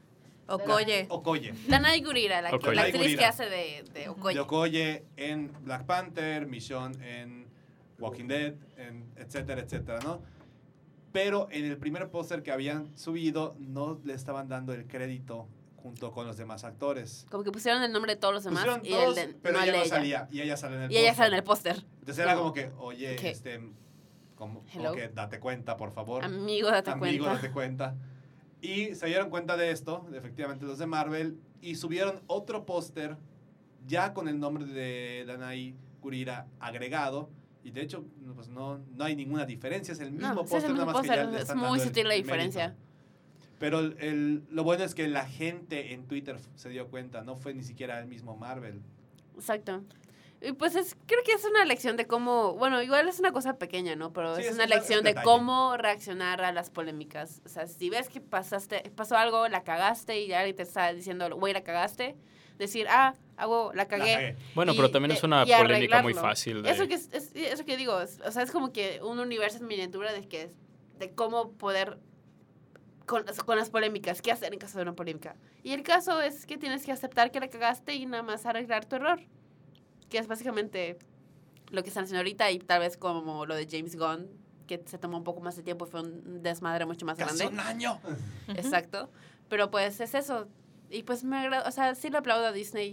Okoye. Okoye. Danai Gurira, la, Okoye. la actriz Gurira. que hace de, de Okoye. De Okoye en Black Panther, Michonne en Walking Dead, en etcétera, etcétera, ¿no? Pero en el primer póster que habían subido no le estaban dando el crédito junto con los demás actores. Como que pusieron el nombre de todos los demás Pusieron y todos, el de, pero no el ella de no ella. salía y ella sale en el Y ella póster. sale en el póster. Entonces era como- como que, oye, ¿qué? este, como, como Hello. que date cuenta, por favor. Amigo, date Amigo, cuenta. date cuenta. Y se dieron cuenta de esto, de efectivamente los de Marvel, y subieron otro póster ya con el nombre de Danai Gurira agregado. Y de hecho, no, pues no, no hay ninguna diferencia, es el mismo No, sí, es póster, el nada mismo más que ya póster. le Es están muy dando el- sutil la el diferencia. mérito. Pero el, el- lo bueno es que la gente en Twitter se dio cuenta, no fue ni siquiera el mismo Marvel. Exacto. Y pues es, creo que es una lección de cómo, bueno, igual es una cosa pequeña, ¿no? Pero Sí, es es una un- lección un de detalle. cómo reaccionar a las polémicas. O sea, si ves que pasaste, pasó algo, la cagaste y alguien te está diciendo, güey, la cagaste, decir, ah, hago, la La cagué. cagué. Bueno, Y pero también de- es una y polémica muy arreglarlo. fácil de... Eso que, es, es- eso que digo, es- o sea, es como que un universo en miniatura de, que, de cómo poder, con, con las polémicas, qué hacer en caso de una polémica. Y el caso es que tienes que aceptar que la cagaste y nada más arreglar tu error. Que es básicamente lo que están haciendo ahorita y tal vez como lo de James Gunn, que se tomó un poco más de tiempo y fue un desmadre mucho más Casi grande. un año. Exacto. Pero pues es eso. Y pues me agrada, o sea, sí le aplaudo a Disney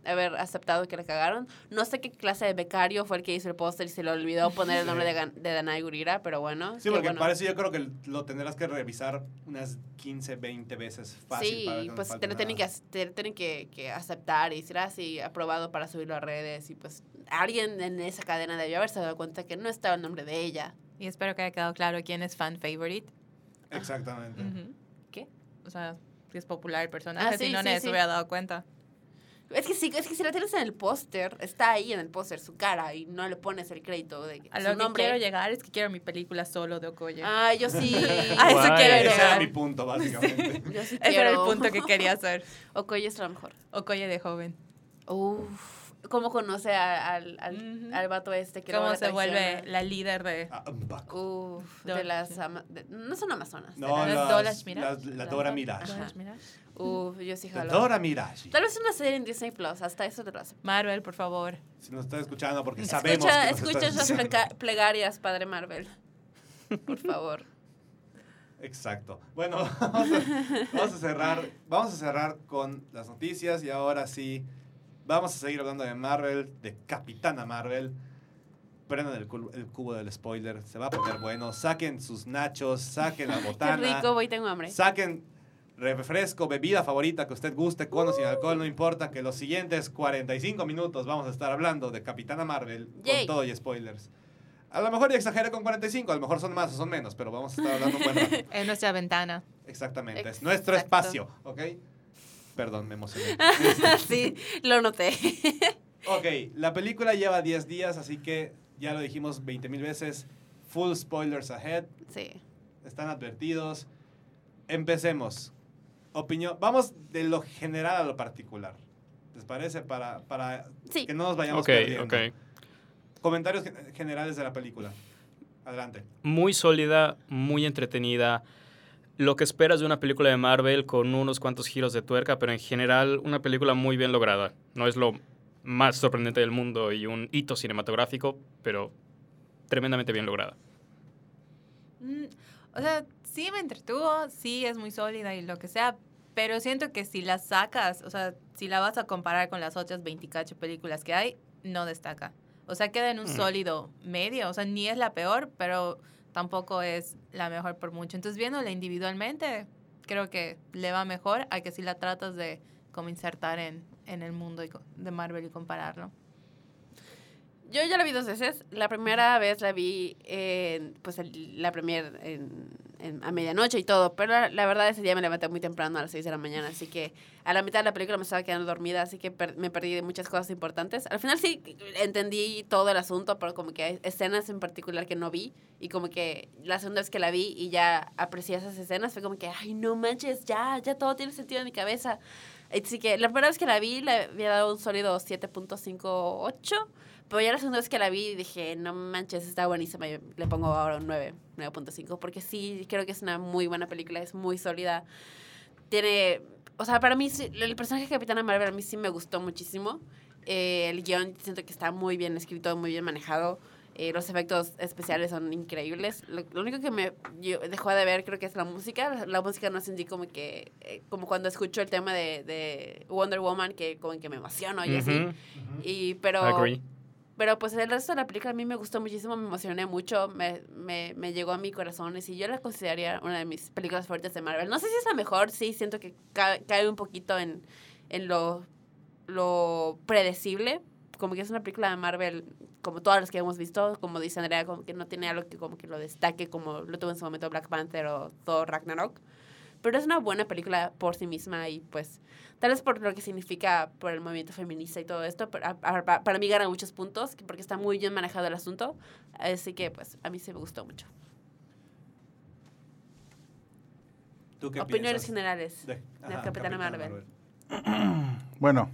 haber aceptado que le cagaron. No sé qué clase de becario fue el que hizo el póster y se le olvidó poner el nombre de, Gan- de Danai Gurira, pero bueno. Sí, porque bueno. parece yo creo que lo tendrás que revisar unas quince, veinte veces fácil. Sí, para ver que no pues falte te lo tienen, nada. que, te lo tienen que, que aceptar y decir así, aprobado para subirlo a redes. Y pues alguien en esa cadena debió haberse dado cuenta que no estaba el nombre de ella. Y espero que haya quedado claro quién es fan favorite. Exactamente. Ujú. ¿Qué? O sea, si es popular el personaje, Ah, sí, si no, sí, nadie sí. se hubiera dado cuenta. Es que sí, es que si la tienes en el póster, está ahí en el póster su cara y no le pones el crédito de A su lo que nombre. quiero llegar es que quiero mi película solo de Okoye. Ah, yo sí. A eso Guay. quiero Ese era llegar. mi punto, básicamente. Yo sí Ese quiero. era el punto que quería hacer. Okoye es lo mejor. Okoye de joven. Uf. ¿Cómo conoce a- al, al, Ujú. al vato este que Cómo luego se le vuelve traiciona? la líder de... Ah, un Paco. Uf, de Dol- las... ama- de- no son amazonas. de No, las- las las- Dolash Mirage. las- la Las Dora Dol- Mirage. Ajá. Dolash Mirage. Uf, yo sí La jalo. Dora Mirage. Tal vez una serie en Disney Plus, hasta eso te lo hace. Marvel, por favor. Si nos está escuchando, porque sabemos Escucha, que nos escucha estás esas escuchando. pleca- plegarias, Padre Marvel. Por favor. Exacto. Bueno, vamos a, vamos a cerrar. Vamos a cerrar con las noticias y ahora sí vamos a seguir hablando de Marvel, de Capitana Marvel. Prendan el, cul- el cubo del spoiler, se va a poner bueno. Saquen sus nachos, saquen la Qué botana. rico, voy, tengo hambre. Saquen refresco, bebida favorita que usted guste, con o sin alcohol, no importa, que los siguientes cuarenta y cinco minutos vamos a estar hablando de Capitana Marvel Yay. con todo y spoilers. A lo mejor ya exageré con cuarenta y cinco, a lo mejor son más o son menos, pero vamos a estar hablando un buen rato. Es nuestra ventana. Exactamente, es Exacto. nuestro espacio, ¿ok? Perdón, me emocioné. Sí, lo noté. Ok, la película lleva diez días, así que ya lo dijimos veinte mil veces. Full spoilers ahead, Sí. están advertidos. Empecemos. Opinión. Vamos de lo general a lo particular. ¿Les parece? Para, para Sí. que no nos vayamos Ok, perdiendo. ok. Comentarios gen- generales de la película. Adelante. Muy sólida, muy entretenida. Lo que esperas de una película de Marvel con unos cuantos giros de tuerca, pero en general una película muy bien lograda. No es lo más sorprendente del mundo y un hito cinematográfico, pero tremendamente bien lograda. Mm, o sea, sí me entretuvo, sí es muy sólida y lo que sea, pero siento que si la sacas, o sea, si la vas a comparar con las otras veinticacho películas que hay, no destaca. O sea, queda en un Mm. sólido medio, o sea, ni es la peor, pero tampoco es la mejor por mucho. Entonces, viéndola individualmente, creo que le va mejor a que si la tratas de como insertar en, en el mundo y co- de Marvel y compararlo. Yo ya la vi dos veces. La primera vez la vi en, pues, el- la premier en, en- a medianoche y todo, pero la, la verdad ese día me levanté muy temprano a las seis de la mañana, así que a la mitad de la película me estaba quedando dormida, así que per- me perdí de muchas cosas importantes. Al final sí entendí todo el asunto, pero como que hay escenas en particular que no vi y como que la segunda vez que la vi y ya aprecié esas escenas fue como que, ay, no manches, ya, ya todo tiene sentido en mi cabeza. Así que la primera vez que la vi le había dado un sólido siete punto cincuenta y ocho. Pero ya la segunda vez que la vi dije, no manches, está buenísima. Y le pongo ahora un nueve, nueve punto cinco. Porque sí, creo que es una muy buena película, es muy sólida. Tiene, o sea, para mí, sí, el personaje de Capitana Marvel a mí sí me gustó muchísimo. Eh, el guión siento que está muy bien escrito, muy bien manejado. Eh, los efectos especiales son increíbles. Lo, lo único que me yo, dejó de ver creo que es la música. La, la música no sentí como que, eh, como cuando escucho el tema de, de Wonder Woman, que como que me emociono y así. Ujú. Y, pero... Agree. Pero pues el resto de la película a mí me gustó muchísimo, me emocioné mucho, me, me, me llegó a mi corazón y sí, yo la consideraría una de mis películas favoritas de Marvel. No sé si es la mejor, sí, siento que ca- cae un poquito en, en lo, lo predecible, como que es una película de Marvel como todas las que hemos visto, como dice Andrea, como que no tiene algo que como que lo destaque como lo tuvo en su momento Black Panther o Thor Ragnarok. Pero es una buena película por sí misma y pues tal vez por lo que significa por el movimiento feminista y todo esto, pero a- a- para mí gana muchos puntos porque está muy bien manejado el asunto, así que pues a mí sí me gustó mucho. ¿Tú qué Opiniones piensas generales de, de ajá, Capitana Marvel. Bueno,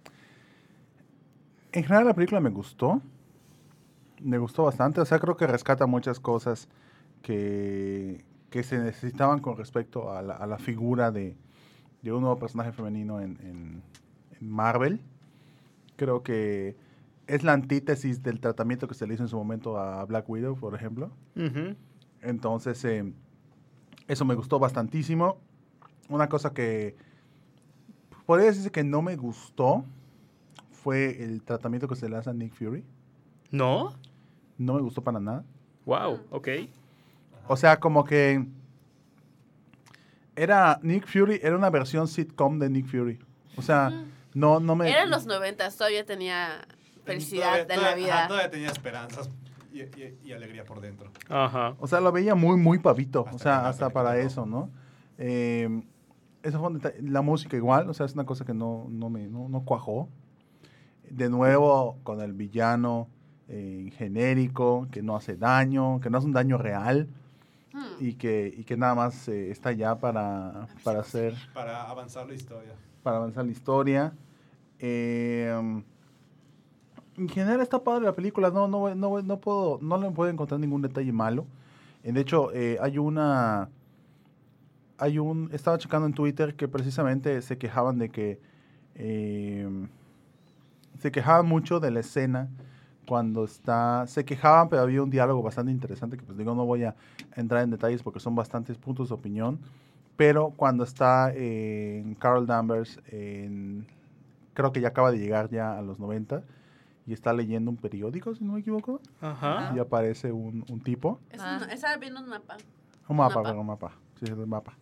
en general la película me gustó. Me gustó bastante. O sea, creo que rescata muchas cosas que, que se necesitaban con respecto a la, a la figura de, de un nuevo personaje femenino en, en, en Marvel. Creo que es la antítesis del tratamiento que se le hizo en su momento a Black Widow, por ejemplo. Ujú. Entonces, eh, eso me gustó bastantísimo. Una cosa que podría decirse que no me gustó fue el tratamiento que se le hace a Nick Fury. ¿No? No me gustó para nada. Wow, ok. O sea, como que era Nick Fury, era una versión sitcom de Nick Fury. O sea, uh-huh. no, no me... Eran los noventas, todavía tenía felicidad todavía, en todavía, la vida. Ajá, todavía tenía esperanzas y, y, y alegría por dentro. Ajá. O sea, lo veía muy, muy pavito. Hasta o sea, que hasta para eso, ¿no? Eh, eso fue un detalle. La música igual, o sea, es una cosa que no, no me no, no cuajó. De nuevo, con el villano eh, genérico, que no hace daño, que no hace un daño real. Hmm. Y, que, y que nada más eh, está ya para, para hacer... Para avanzar la historia. Para avanzar la historia. Eh, en general está padre la película. No, no, no, no, puedo, no le puedo encontrar ningún detalle malo. De hecho, eh, hay una... Hay un... Estaba checando en Twitter que precisamente se quejaban de que... Eh, se quejaban mucho de la escena cuando está... Se quejaban, pero había un diálogo bastante interesante que, pues digo, no voy a entrar en detalles porque son bastantes puntos de opinión. Pero cuando está eh, Carol Danvers, en, creo que ya acaba de llegar ya a los noventa, y está leyendo un periódico, si no me equivoco. Ajá. Y aparece un, un tipo. Es un, estaba viendo un mapa. Un mapa, un mapa. Un mapa. Sí, un mapa.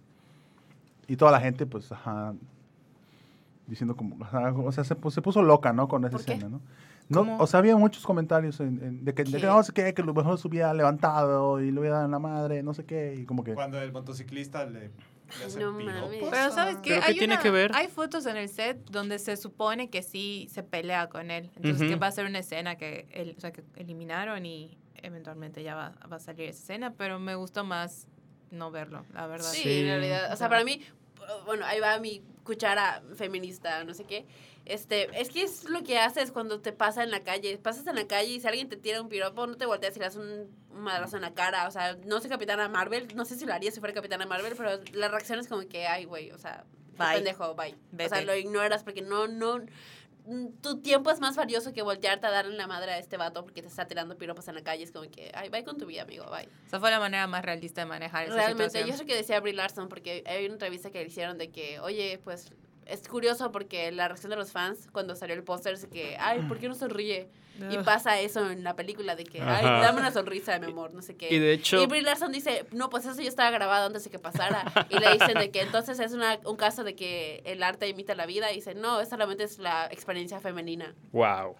Y toda la gente, pues, ajá, diciendo como... Ajá, o sea, se, pues, se puso loca, ¿no? Con esa escena, ¿no? No, o sea, había muchos comentarios en, en, de, que, de que no sé qué, que lo mejor se hubiera levantado y lo hubiera dado en la madre, no sé qué, y como que... Cuando el motociclista le... No mames. Pero ¿sabes qué? ¿Pero qué hay tiene una, que ver? Hay fotos en el set donde se supone que sí se pelea con él. Entonces, uh-huh. que va a ser una escena que, el, o sea, que eliminaron y eventualmente ya va, va a salir esa escena, pero me gustó más no verlo, la verdad. Sí, sí. En realidad. O sea, para mí, bueno, ahí va mi cuchara feminista, no sé qué. Este, es que es lo que haces cuando te pasa en la calle. Pasas en la calle y si alguien te tira un piropo, no te volteas y le das un, un madrazo en la cara. O sea, no soy Capitana Marvel, no sé si lo haría si fuera Capitana Marvel, pero la reacción es como que, ay, güey, o sea, bye. pendejo, bye. Vete. O sea, lo ignoras porque no, no, tu tiempo es más valioso que voltearte a darle la madre a este vato porque te está tirando piropos en la calle. Es como que, ay, bye con tu vida, amigo, bye. Esa fue la manera más realista de manejar esa Realmente, situación. yo sé que decía Brie Larson porque hay una entrevista que le hicieron de que, oye, pues... Es curioso porque la reacción de los fans cuando salió el póster es que, ay, ¿por qué no sonríe? Y pasa eso en la película de que, ay, Ajá. dame una sonrisa, mi amor, no sé qué. Y de hecho... Y Brie Larson dice, no, pues eso ya estaba grabado antes de que pasara. Y le dicen de que entonces es una, un caso de que el arte imita la vida. Y dice, no, es solamente es la experiencia femenina. Wow.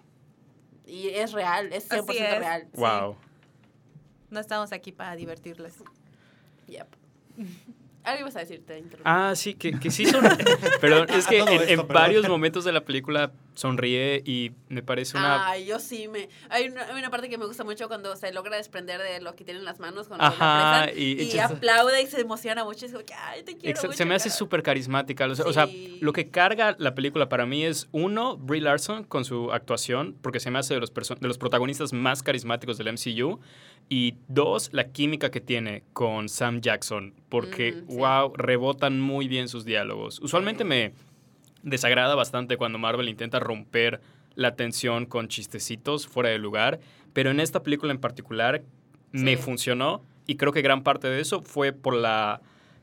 Y es real, es cien por ciento es. real. Wow. Sí. No estamos aquí para divertirles. Yep. Algo ibas a decir, te interrumpí. Ah, sí, que, que sí son... Perdón, es que en, en esto, varios momentos de la película sonríe y me parece una... Ay, yo sí me... Hay una, hay una parte que me gusta mucho cuando se logra desprender de lo que tiene en las manos cuando Ajá, la apresan, y- y, y- aplaude y se emociona mucho. Es como que, ay, te quiero Exa- mucho, se me hace cara. súper carismática. O sea, o sea, Sí. lo que carga la película para mí es, uno, Brie Larson con su actuación, porque se me hace de los, perso- de los protagonistas más carismáticos del M C U. Y dos, la química que tiene con Sam Jackson, porque, Mm, sí. wow, rebotan muy bien sus diálogos. Usualmente Sí. me desagrada bastante cuando Marvel intenta romper la tensión con chistecitos fuera de lugar, pero en esta película en particular me Sí. funcionó y creo que gran parte de eso fue por la...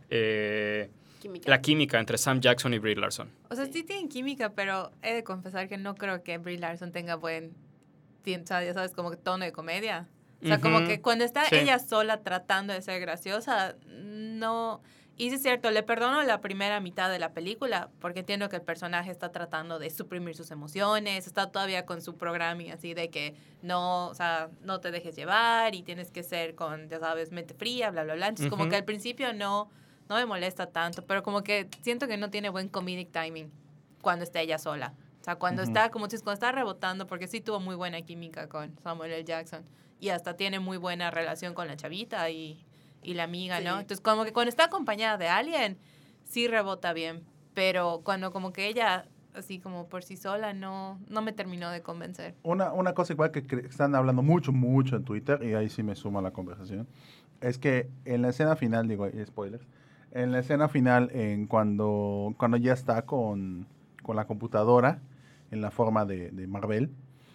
eh, Química. la química entre Sam Jackson y Brie Larson. O sea, sí tienen química, pero he de confesar que no creo que Brie Larson tenga buen, o sea, ya sabes, como que tono de comedia. O sea, como Ujú. que cuando está Sí. ella sola tratando de ser graciosa, no... Y sí es cierto, le perdono la primera mitad de la película, porque entiendo que el personaje está tratando de suprimir sus emociones, está todavía con su programming así de que no, o sea, no te dejes llevar y tienes que ser con, ya sabes, mente fría, bla, bla, bla. Entonces, como Ujú. que al principio no, no me molesta tanto, pero como que siento que no tiene buen comedic timing cuando está ella sola. O sea, cuando Ujú. está, como dices, cuando está rebotando, porque sí tuvo muy buena química con Samuel L. Jackson y hasta tiene muy buena relación con la chavita y, y la amiga, Sí. ¿no? Entonces, como que cuando está acompañada de alguien, sí rebota bien, pero cuando como que ella, así como por sí sola, no, no me terminó de convencer. Una, una cosa igual que cre- están hablando mucho, mucho en Twitter, y ahí sí me suma la conversación, es que en la escena final, digo, hay spoilers, en la escena final, en cuando, cuando ya está con, con la computadora, en la forma de, de Marvel,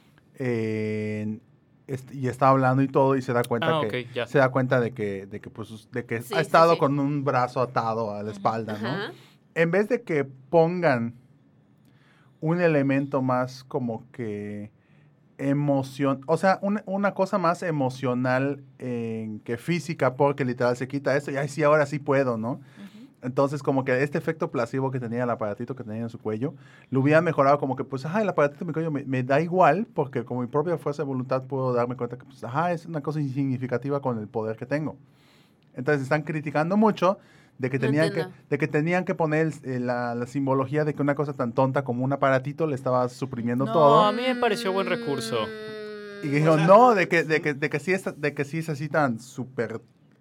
en- est- y está hablando y todo, y se da cuenta Ah, que ok, ya. se da cuenta de que, de que, pues, de que Sí, ha sí, estado sí. con un brazo atado a la espalda, ¿no? Ajá. En vez de que pongan un elemento más como que emoción, o sea, un, una cosa más emocional eh, que física, porque literal se quita esto y ay, sí, ahora sí puedo, ¿no? Uh-huh. Entonces, como que este efecto placebo que tenía el aparatito que tenía en su cuello, lo hubiera mejorado como que, pues, ajá, el aparatito en mi cuello me, me da igual, porque con mi propia fuerza de voluntad puedo darme cuenta que, pues, ajá, es una cosa insignificativa con el poder que tengo. Entonces, están criticando mucho de que, no tenían que, de que tenían que poner eh, la, la simbología de que una cosa tan tonta como un aparatito le estaba suprimiendo no, todo. No, a mí me pareció buen recurso. Y dijeron, o sea, no, de que, de, que, de, que sí es, de que sí es así tan súper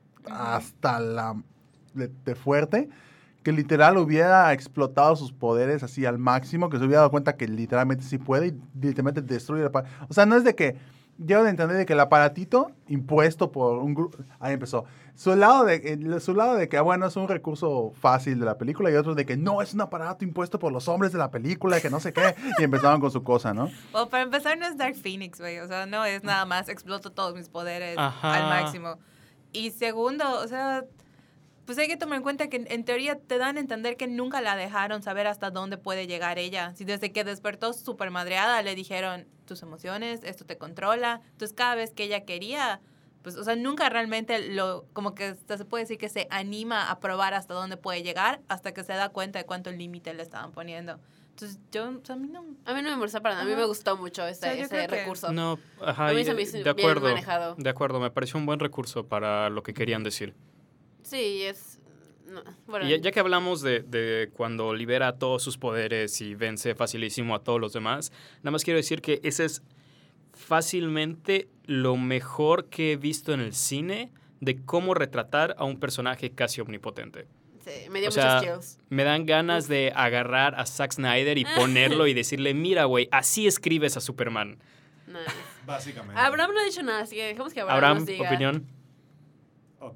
hasta la... De, de fuerte, que literal hubiera explotado sus poderes así al máximo, que se hubiera dado cuenta que literalmente sí puede y literalmente destruye el aparatito. O sea, no es de que... Yo de entender de que el aparatito impuesto por un grupo... Ahí empezó. Su lado, de, eh, su lado de que, bueno, es un recurso fácil de la película y otro de que no, es un aparato impuesto por los hombres de la película, que no sé qué. Y empezaron con su cosa, ¿no? Bueno, para empezar no es Dark Phoenix, güey. O sea, no es nada más exploto todos mis poderes Ajá. al máximo. Y segundo, o sea... Pues hay que tomar en cuenta que en, en teoría te dan a entender que nunca la dejaron saber hasta dónde puede llegar ella. Si desde que despertó súper madreada le dijeron tus emociones, esto te controla. Entonces cada vez que ella quería, pues, o sea, nunca realmente lo, como que se puede decir que se anima a probar hasta dónde puede llegar hasta que se da cuenta de cuánto límite le estaban poniendo. Entonces, yo, o sea, a mí no... A mí no me molestó para nada. A mí me gustó mucho ese, o sea, ese recurso. Que... No, ajá, a mí se me hizo de acuerdo, bien manejado. De acuerdo, me pareció un buen recurso para lo que querían decir. Sí, es... No, bueno. Y ya, ya que hablamos de, de cuando libera todos sus poderes y vence facilísimo a todos los demás, nada más quiero decir que ese es fácilmente lo mejor que he visto en el cine de cómo retratar a un personaje casi omnipotente. Sí, me dio o muchos sea, chills. Me dan ganas de agarrar a Zack Snyder y ponerlo y decirle, mira, güey, así escribes a Superman. Nice. Básicamente. Abraham no ha dicho nada, así que dejemos que Abraham, Abraham nos diga. opinión. Ok.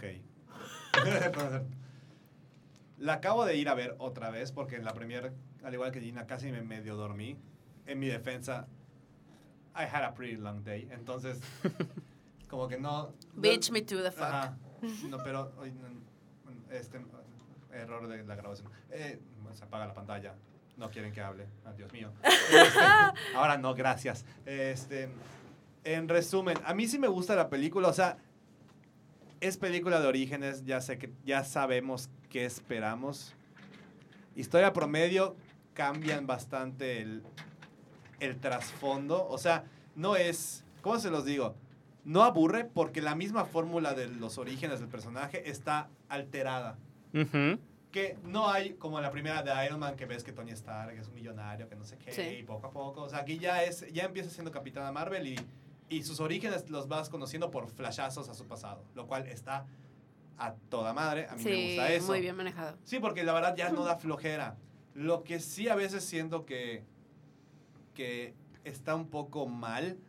La acabo de ir a ver otra vez porque en la premier, al igual que Gina, casi me medio dormí. En mi defensa, I had a pretty long day. Entonces, como que no... Bitch no, me to the fuck. Ajá. No, pero... Este, error de la grabación. Eh, se apaga la pantalla. No quieren que hable. Oh, Dios mío. Este, ahora no, gracias. Este, en resumen, a mí sí me gusta la película. O sea, es película de orígenes. Ya sé que ya sabemos qué esperamos. Historia promedio, cambian bastante el, el trasfondo. O sea, no es... ¿Cómo se los digo? No aburre porque la misma fórmula de los orígenes del personaje está alterada. Uh-huh. Que no hay como la primera de Iron Man, que ves que Tony Stark es un millonario, que no sé qué, sí. Y poco a poco. O sea, aquí ya, es, ya empieza siendo Capitana Marvel y, y sus orígenes los vas conociendo por flashazos a su pasado. Lo cual está a toda madre. A mí sí, me gusta eso. Muy bien manejado. Sí, porque la verdad ya no da flojera. Lo que sí a veces siento que, que está un poco mal...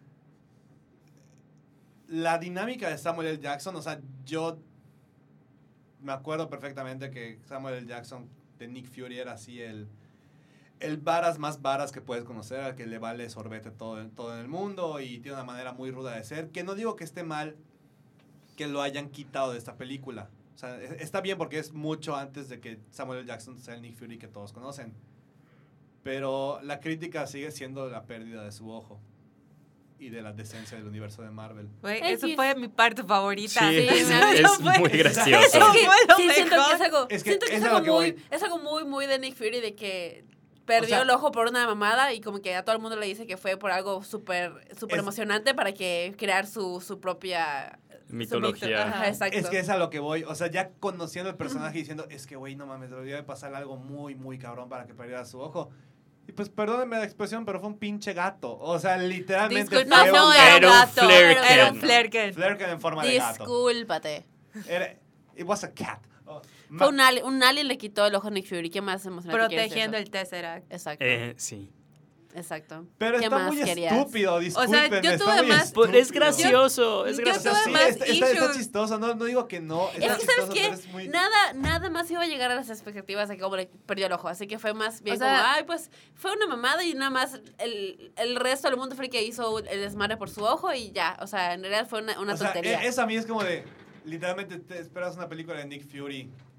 La dinámica de Samuel L. Jackson, o sea, yo me acuerdo perfectamente que Samuel L. Jackson de Nick Fury era así el, el varas más varas que puedes conocer, al que le vale sorbete todo, todo en el mundo y tiene una manera muy ruda de ser, que no digo que esté mal que lo hayan quitado de esta película. O sea, está bien porque es mucho antes de que Samuel L. Jackson sea el Nick Fury que todos conocen. Pero la crítica sigue siendo la pérdida de su ojo y de la decencia del universo de Marvel. Wey, eso fue mi parte favorita. Sí, sí, es, es muy gracioso. Es que, sí, siento que es algo, es, que siento que es, es, algo muy, voy. es algo muy, muy de Nick Fury, de que perdió o sea, el ojo por una mamada y como que a todo el mundo le dice que fue por algo súper súper emocionante para que crear su, su propia... mitología. Su mito. Ajá, exacto. Es que es a lo que voy. O sea, ya conociendo el personaje y diciendo, es que, güey, no mames, debería de pasar algo muy, muy cabrón para que perdiera su ojo. Y pues, perdónenme la expresión, pero fue un pinche gato. O sea, literalmente Disculpa, fue no, un era un gato. gato. Era un Flerken. Flerken. Flerken en forma de gato. Discúlpate. Era, it was a cat. Oh, fue un alien, un alien le quitó el ojo a Nick Fury. ¿Qué más emocionante protegiendo el Tesseract. Exacto. Eh, sí. Exacto. Pero ¿Qué está más muy querías? estúpido, discúlpenme. O sea, yo tuve está muy más... estúpido. Es gracioso, es yo gracioso. O sea, sí, más está, está, está issues. chistoso, no, no digo que no. Está Es que, chistoso, ¿sabes qué? pero es muy... Nada, nada más iba a llegar a las expectativas de que como le perdió el ojo. Así que fue más bien o sea, como, ay, pues, fue una mamada y nada más el, el resto del mundo fue el que hizo el desmadre por su ojo y ya. O sea, en realidad fue una, una o sea, tontería. Eso a mí es como de, literalmente te esperas una película de Nick Fury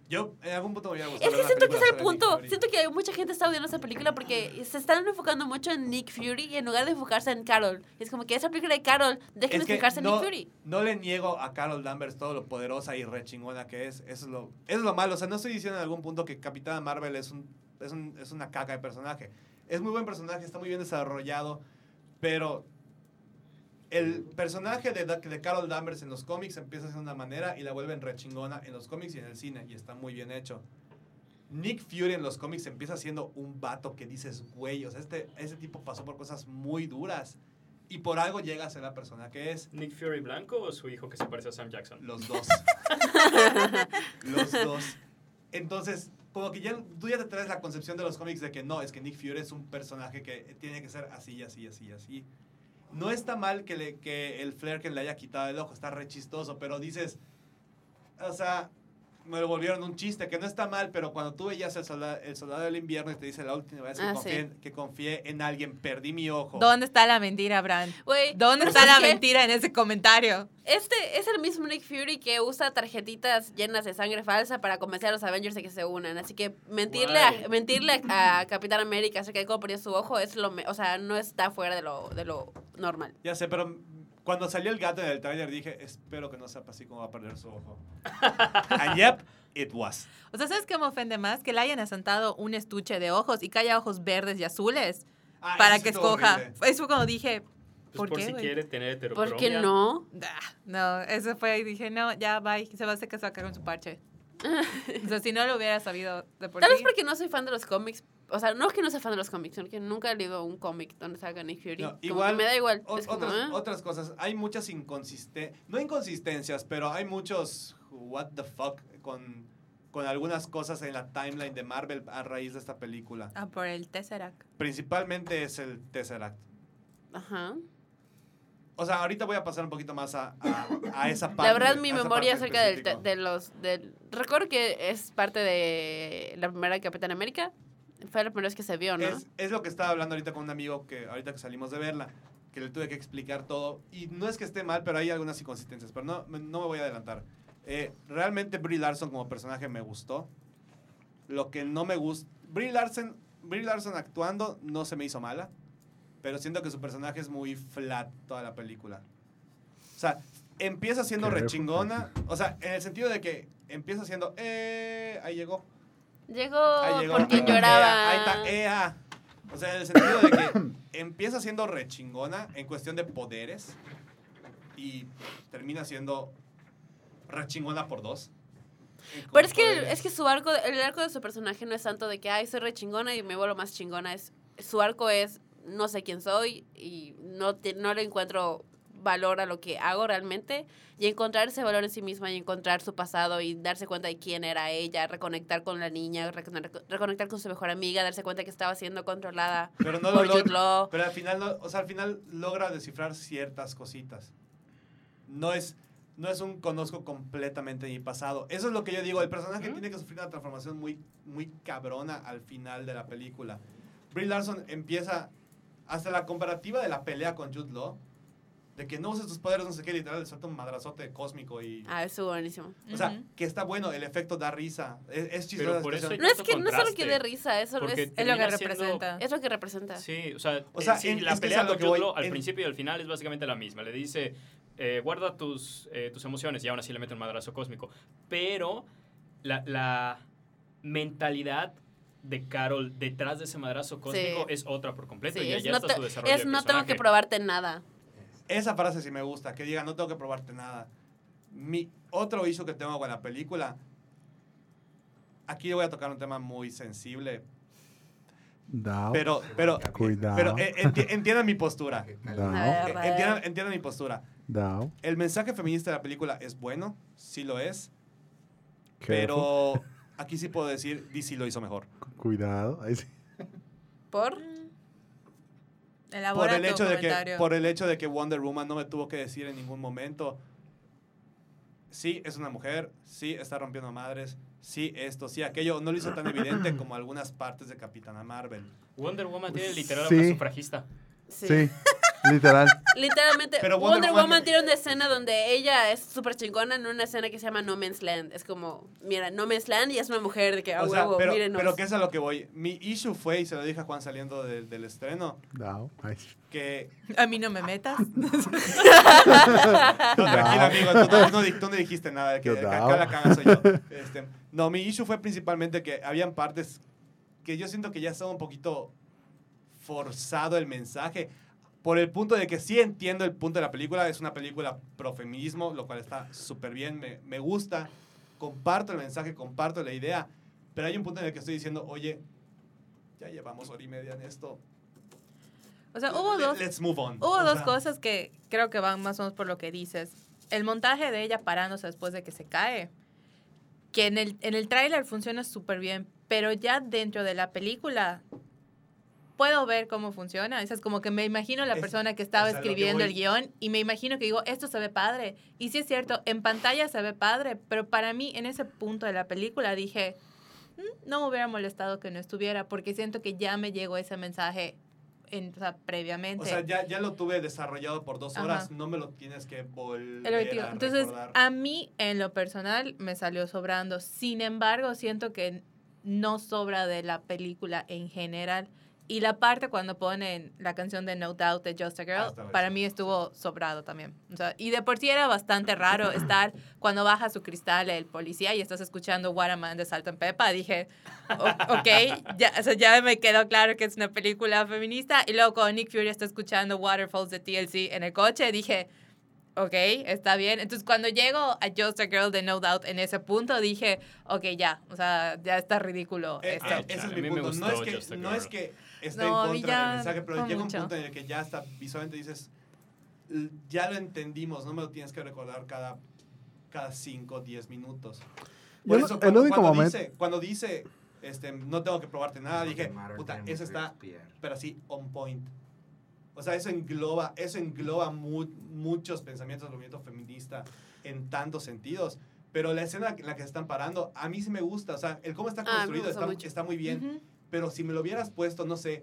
Yo en algún punto me voy a gustar. Es que siento que es el sobre punto. Nick Fury. Siento que mucha gente está odiando esa película porque se están enfocando mucho en Nick Fury y en lugar de enfocarse en Carol. Es como que esa película de Carol, dejen Es de que enfocarse no, en Nick Fury. no le niego a Carol Danvers todo lo poderosa y rechingona que es. Eso es lo, eso es lo malo. O sea, no estoy diciendo en algún punto que Capitana Marvel es, un, es, un, es una caca de personaje. Es muy buen personaje, está muy bien desarrollado, pero el personaje de, de Carol Danvers en los cómics empieza de una manera y la vuelven rechingona en los cómics y en el cine, y está muy bien hecho. Nick Fury en los cómics empieza siendo un vato que dices, güey, o sea, este, ese tipo pasó por cosas muy duras y por algo llega a ser la persona que es. ¿Nick Fury blanco o su hijo que se parece a Sam Jackson? Los dos. Los dos. Entonces, como que ya, tú ya te traes la concepción de los cómics de que no, es que Nick Fury es un personaje que tiene que ser así, así, así, así. No está mal que, le, que el flare que le haya quitado el ojo, está re chistoso, pero dices, o sea, me lo volvieron un chiste, que no está mal, pero cuando tú veías el soldado, el soldado del invierno y te dice la última vez que, Ah, confié, sí. en, que confié en alguien, perdí mi ojo. ¿Dónde está la mentira, Bran? Güey, ¿Dónde pero está la ¿sabes qué? mentira en ese comentario? Este es el mismo Nick Fury que usa tarjetitas llenas de sangre falsa para convencer a los Avengers de que se unan. Así que mentirle, a, Guay. mentirle a, a Capitán América acerca de cómo perdió su ojo es lo, me- o sea, no está fuera de lo, de lo normal. Ya sé, pero cuando salió el gato en el tráiler dije, espero que no sepa así como va a perder su ojo. And yep, it was. O sea, ¿sabes qué me ofende más? Que le hayan asentado un estuche de ojos y que haya ojos verdes y azules Ah, para eso que sí estuvo escoja. horrible. Eso cuando dije, Pues ¿por, por qué, si güey? quiere tener heterocromia. ¿Por qué no? Ah, no, eso fue y dije, no, ya, bye. Se va a hacer que sacar con su parche. O sea, si no lo hubiera sabido de por Tal vez sí. porque no soy fan de los cómics. O sea, no es que no sea fan de los cómics, sino que nunca he leído un cómic donde salga Nick Fury. No, Como igual, que me da igual. o- Es como, otras, ¿eh? otras cosas. Hay muchas inconsistencias. No inconsistencias, pero hay muchos what the fuck con, con algunas cosas en la timeline de Marvel a raíz de esta película. Ah, por el Tesseract. Principalmente es el Tesseract. Ajá. O sea, ahorita voy a pasar un poquito más a, a, a esa parte. La verdad, mi a esa memoria parte acerca del, específica. de los... Del, recuerdo que es parte de la primera Capitán América. Fue la primera vez que se vio, ¿no? Es, es lo que estaba hablando ahorita con un amigo que ahorita que salimos de verla, que le tuve que explicar todo. Y no es que esté mal, pero hay algunas inconsistencias. Pero no, me- no me voy a adelantar. Eh, realmente Brie Larson como personaje me gustó. Lo que no me gusta... Brie Larson, Brie Larson actuando no se me hizo mala. Pero siento que su personaje es muy flat toda la película. O sea, empieza siendo Qué rechingona. O sea, en el sentido de que empieza siendo... Eh, ahí llegó. Llegó, Ahí llegó. porque Ahí está, lloraba. ea, ahí está, ea. O sea, en el sentido de que empieza siendo rechingona en cuestión de poderes y termina siendo rechingona por dos. en- con Pero es que, poderes. es que su arco, el arco de su personaje no es tanto de que, ay, soy re chingona y me vuelvo más chingona. Es, su arco es, no sé quién soy y no, te- no le encuentro valor a lo que hago realmente. Y encontrar ese valor en sí misma y encontrar su pasado y darse cuenta de quién era ella, reconectar con la niña, recone- reconectar con su mejor amiga, darse cuenta que estaba siendo controlada Pero no lo por logra- Jude Law. Pero al final, no- o sea, al final logra descifrar ciertas cositas. No es, no es un conozco completamente mi pasado. Eso es lo que yo digo. El personaje Ujú. tiene que sufrir una transformación muy, muy cabrona al final de la película. Brie Larson empieza hasta la comparativa de la pelea con Jude Law. De que no uses tus poderes, no sé qué, literal, le suelta un madrazote cósmico y... Ah, estuvo buenísimo. O sea, Ujú. que está bueno, el efecto da risa. Es, es chistoso. Pero por eso hay No es tanto que no es solo que contraste, dé risa, eso porque es, Es lo que termina siendo- representa. es lo que representa. Sí, o sea, O sea, eh, sí, en- la es que es pelea a lo con que Jude voy, Law al en- principio y al final es básicamente la misma. Le dice, eh, guarda tus, eh, tus emociones y aún así le mete un madrazo cósmico. Pero la, la mentalidad de Carol detrás de ese madrazo cósmico Sí. es otra por completo. Sí, y es ya no, está te- su desarrollo es de no tengo que personaje. probarte nada. Esa frase sí me gusta, que diga, no tengo que probarte nada. Mi otro issue que tengo con la película, aquí voy a tocar un tema muy sensible, Dao. pero, pero, Cuidado. pero eh, enti- entiendan mi postura. Dao. A Eh, ver. Entiendan, entiendan mi postura. Dao. El mensaje feminista de la película es bueno, sí lo es, Careful. pero aquí sí puedo decir, D C lo hizo mejor. Cuidado. Ahí sí. ¿Por? Elabora Por el, tu hecho de que, comentario. por el hecho de que Wonder Woman no me tuvo que decir en ningún momento, sí, es una mujer, sí, está rompiendo madres, sí, esto, sí, aquello. No lo hizo tan evidente como algunas partes de Capitana Marvel. Wonder Woman tiene literal Sí. una sufragista. Sí. Literal. Literalmente, Pero Wonder, Wonder Woman, Woman tiene una escena donde ella es súper chingona en una escena que se llama No Man's Land. Es como, mira, No Man's Land y es una mujer de que, ah, O sea, huevo, pero, mírenos. pero ¿qué es a lo que voy? Mi issue fue, y se lo dije a Juan saliendo de- del estreno, No, ay. que... A mí no me metas. No, tranquilo, amigo, tú, tú no, di- tú no dijiste nada, de que, Yo que no. acá la caga soy yo. Este, no, mi issue fue principalmente que habían partes que yo siento que ya estaba un poquito forzado el mensaje, por el punto de que sí entiendo el punto de la película, es una película pro feminismo, lo cual está súper bien, me, me gusta, comparto el mensaje, comparto la idea, pero hay un punto en el que estoy diciendo, oye, ya llevamos hora y media en esto. O sea, hubo Let- dos, Let's move on. hubo O dos sea, cosas que creo que van más o menos por lo que dices. El montaje de ella parándose después de que se cae, que en el, en el tráiler funciona súper bien, pero ya dentro de la película puedo ver cómo funciona. O sea, es como que me imagino la Es- persona que estaba o sea, lo que escribiendo voy- el guión y me imagino que digo, esto se ve padre. Y sí es cierto, en pantalla se ve padre, pero para mí en ese punto de la película dije, "Mm, no me hubiera molestado que no estuviera, porque siento que ya me llegó ese mensaje en, o sea, previamente. O sea, ya, ya lo tuve desarrollado por dos Ajá. horas, no me lo tienes que volver Es lo que digo. a Entonces, recordar. a mí, en lo personal, me salió sobrando. Sin embargo, siento que no sobra de la película en general. Y la parte cuando ponen la canción de No Doubt de Just a Girl, Ah, está para buenísimo. mí estuvo sobrado también. O sea, y de por sí era bastante raro estar cuando baja su cristal el policía y estás escuchando What a Man de Salt and Pepper. Dije, o- ok, ya, o sea, ya me quedó claro que es una película feminista. Y luego cuando Nick Fury está escuchando Waterfalls de T L C en el coche, dije, ok, está bien. Entonces, cuando llego a Just a Girl de No Doubt en ese punto, dije, ok, ya, o sea, ya está ridículo Eh, esto. eh, ese A es mí mi me punto. No gustó es, Just que, a no Girl. es que esté No, a en mí contra ya del mensaje, pero fue llega mucho. un punto en el que ya está visualmente dices, "L- ya lo entendimos, no me lo tienes que recordar cada, cada cinco, diez minutos. Yo Por no- eso, el cuando, único cuando momento- dice, cuando dice este, no tengo que probarte nada, dije, puta, eso está, pero así, on point. O sea, eso engloba, eso engloba mu- muchos pensamientos del movimiento feminista en tantos sentidos. Pero la escena en la que se están parando, a mí sí me gusta. O sea, el cómo está Ah, me construido gustó está, mucho. está muy bien. Ujú. Pero si me lo hubieras puesto, no sé,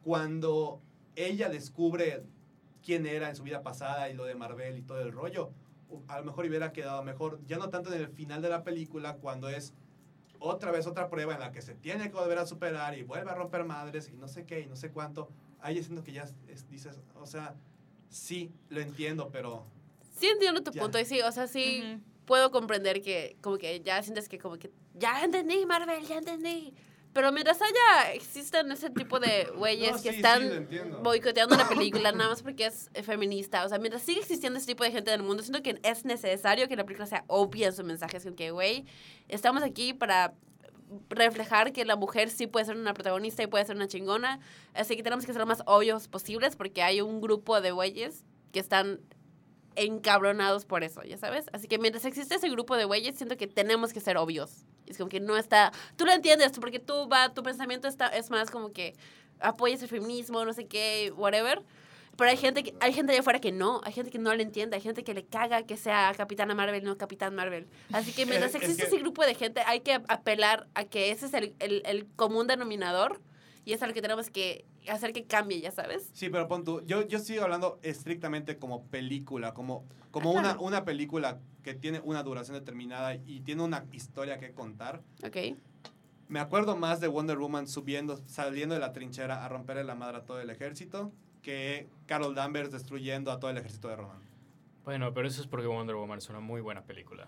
cuando ella descubre quién era en su vida pasada y lo de Marvel y todo el rollo, u- a lo mejor hubiera quedado mejor. Ya no tanto en el final de la película, cuando es otra vez otra prueba en la que se tiene que volver a superar y vuelve a romper madres y no sé qué y no sé cuánto. Ahí es siento que ya es- es- dices, o sea, sí, lo entiendo, pero... Sí entiendo tu Ya. punto y sí, o sea, sí Ujú. puedo comprender que como que ya sientes que como que ya entendí, Marvel, ya entendí. Pero mientras haya, existen ese tipo de güeyes No, que sí, están sí, lo entiendo. boicoteando la película nada más porque es eh, feminista. O sea, mientras sigue existiendo ese tipo de gente en el mundo, siento que es necesario que la película sea obvia en su mensaje. Es como que, güey, estamos aquí para reflejar que la mujer sí puede ser una protagonista y puede ser una chingona. Así que tenemos que ser lo más obvios posibles porque hay un grupo de güeyes que están encabronados por eso, ¿ya sabes? Así que mientras existe ese grupo de güeyes, siento que tenemos que ser obvios. Es como que no está... Tú lo entiendes, porque tú va, tu pensamiento está, es más como que apoyas el feminismo, no sé qué, whatever. Pero hay gente, que, hay gente allá afuera que no, hay gente que no le entiende, hay gente que le caga que sea Capitana Marvel, no Capitán Marvel. Así que mientras Es- es existe que- ese grupo de gente, hay que apelar a que ese es el, el, el común denominador y es algo que tenemos que hacer que cambie, ¿ya sabes? Sí, pero pon tú, yo, yo sigo hablando estrictamente como película, como, como Ah, una, claro. una película que tiene una duración determinada y tiene una historia que contar. Ok. Me acuerdo más de Wonder Woman subiendo, saliendo de la trinchera a romperle la madre a todo el ejército que Carol Danvers destruyendo a todo el ejército de Ronan. Bueno, pero eso es porque Wonder Woman es una muy buena película.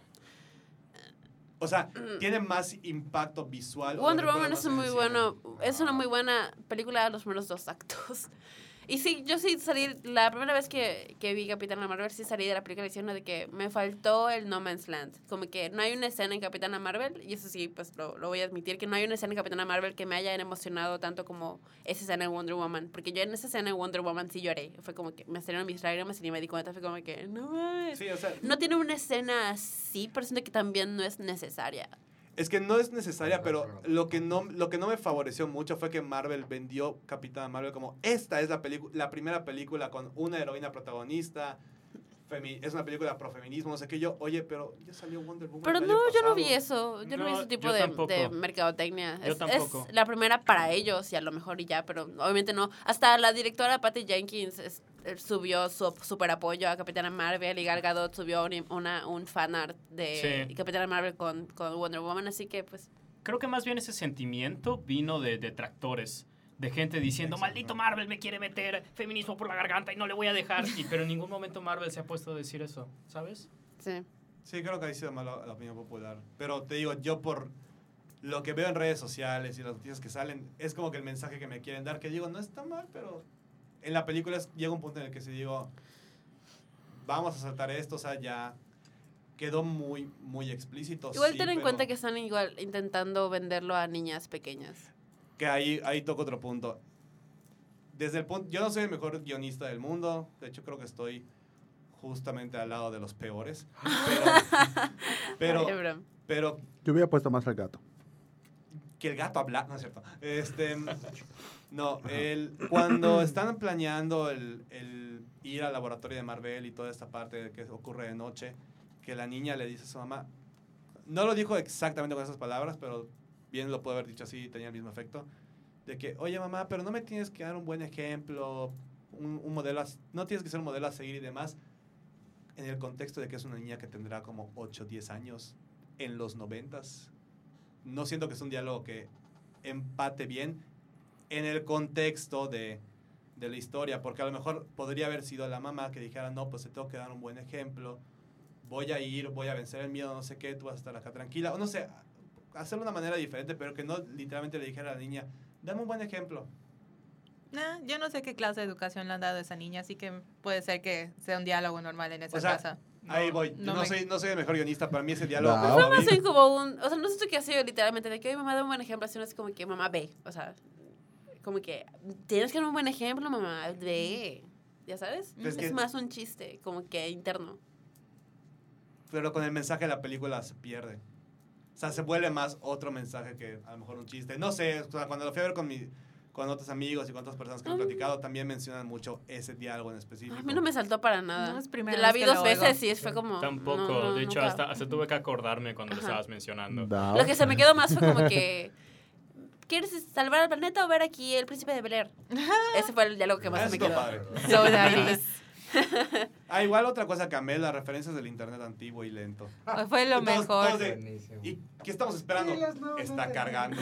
O sea, tiene más impacto visual. o Wonder lo Woman recuerdo es más un en muy el bueno, cine. es una muy buena película de los primeros dos actos. Y sí, yo sí salí, la primera vez que, que vi Capitana Marvel, sí salí de la película diciendo de que me faltó el No Man's Land. Como que no hay una escena en Capitana Marvel, y eso sí, pues lo, lo voy a admitir, que no hay una escena en Capitana Marvel que me haya emocionado tanto como esa escena en Wonder Woman. Porque yo en esa escena en Wonder Woman sí lloré. Fue como que me salieron mis lágrimas y ni me di cuenta, fue como que, no mames. Sí, o sea, No tiene una escena así, pero siento que también no es necesaria. es que no es necesaria, pero lo que no, lo que no me favoreció mucho fue que Marvel vendió Capitana Marvel como esta es la, pelicu- la primera película con una heroína protagonista, femi- es una película pro feminismo, no sé qué. Yo, oye, pero ya salió Wonder Woman. Pero el no, año yo no pasado. vi eso. Yo no, vi No, ese tipo yo de, tampoco. de mercadotecnia. Yo es, tampoco. es la primera para ellos y a lo mejor y ya, pero obviamente no. Hasta la directora Patty Jenkins es- subió su super apoyo a Capitana Marvel y Gal Gadot subió un, una, un fanart de Sí. Capitana Marvel con, con Wonder Woman, así que pues... Creo que más bien ese sentimiento vino de detractores, de gente diciendo, Exacto. maldito Marvel me quiere meter feminismo por la garganta y no le voy a dejar. Y, pero en ningún momento Marvel se ha puesto a decir eso, ¿sabes? Sí. Sí, creo que ahí sido mala la opinión popular. Pero te digo, yo por lo que veo en redes sociales y las noticias que salen, es como que el mensaje que me quieren dar, que digo, no está mal, pero en la película es- llega un punto en el que si digo, vamos a saltar esto, o sea, ya quedó muy, muy explícito. Igual sí, ten en pero cuenta que están igual intentando venderlo a niñas pequeñas. Que ahí, ahí toco otro punto. Desde el punto, yo no soy el mejor guionista del mundo, de hecho creo que estoy justamente al lado de los peores, pero, Ay, pero, Abraham. pero Yo hubiera puesto más al gato. que el gato habla, no es cierto. Este, no, el, cuando están planeando el, el ir al laboratorio de Marvel y toda esta parte que ocurre de noche, que la niña le dice a su mamá, no lo dijo exactamente con esas palabras, pero bien lo puede haber dicho así, tenía el mismo efecto, de que, oye mamá, pero no me tienes que dar un buen ejemplo, un, un modelo, a- no tienes que ser un modelo a seguir y demás, en el contexto de que es una niña que tendrá como ocho o diez años en los noventas. No siento que es un diálogo que empate bien en el contexto de, de la historia, porque a lo mejor podría haber sido la mamá que dijera, no, pues te tengo que dar un buen ejemplo, voy a ir, voy a vencer el miedo, no sé qué, tú vas a estar acá tranquila, o no sé, hacerlo de una manera diferente, pero que no literalmente le dijera a la niña, dame un buen ejemplo. Nah, yo no sé qué clase de educación le han dado a esa niña, así que puede ser que sea un diálogo normal en esa O sea, casa. Ahí No- voy, yo no no, me- soy, no soy el mejor guionista, para mí ese diálogo... No. pues, Fue lo Más vi. bien como un, o sea, no siento que ha sido literalmente de que hoy mamá da un buen ejemplo, sino es como que mamá ve, o sea, como que tienes que dar un buen ejemplo, mamá, ve, ya sabes, Es es, que- más un chiste, como que interno. Pero con el mensaje de la película se pierde. O sea, se vuelve más otro mensaje que a lo mejor un chiste. No sé, o sea, cuando lo fui a ver con, mi, con otros amigos y con otras personas que lo he Mm. platicado, también mencionan mucho ese diálogo en específico. A mí no me saltó para nada. No, es primera la vez vi que dos lo veces oigo. y fue como... Tampoco, no, no, de hecho, nunca. hasta, hasta tuve que acordarme cuando lo Ajá. estabas mencionando. Da, Lo que se ok. me quedó más fue como que... ¿Quieres salvar al planeta o ver aquí el príncipe de Bel-Air? Ese fue el diálogo que Ah, más eso me estuvo quedó. padre. So nice. Ah, igual otra cosa que amé, las referencias del internet antiguo y lento. Fue lo Todos- mejor. todos de, Buenísimo. ¿y qué estamos esperando? Está cargando.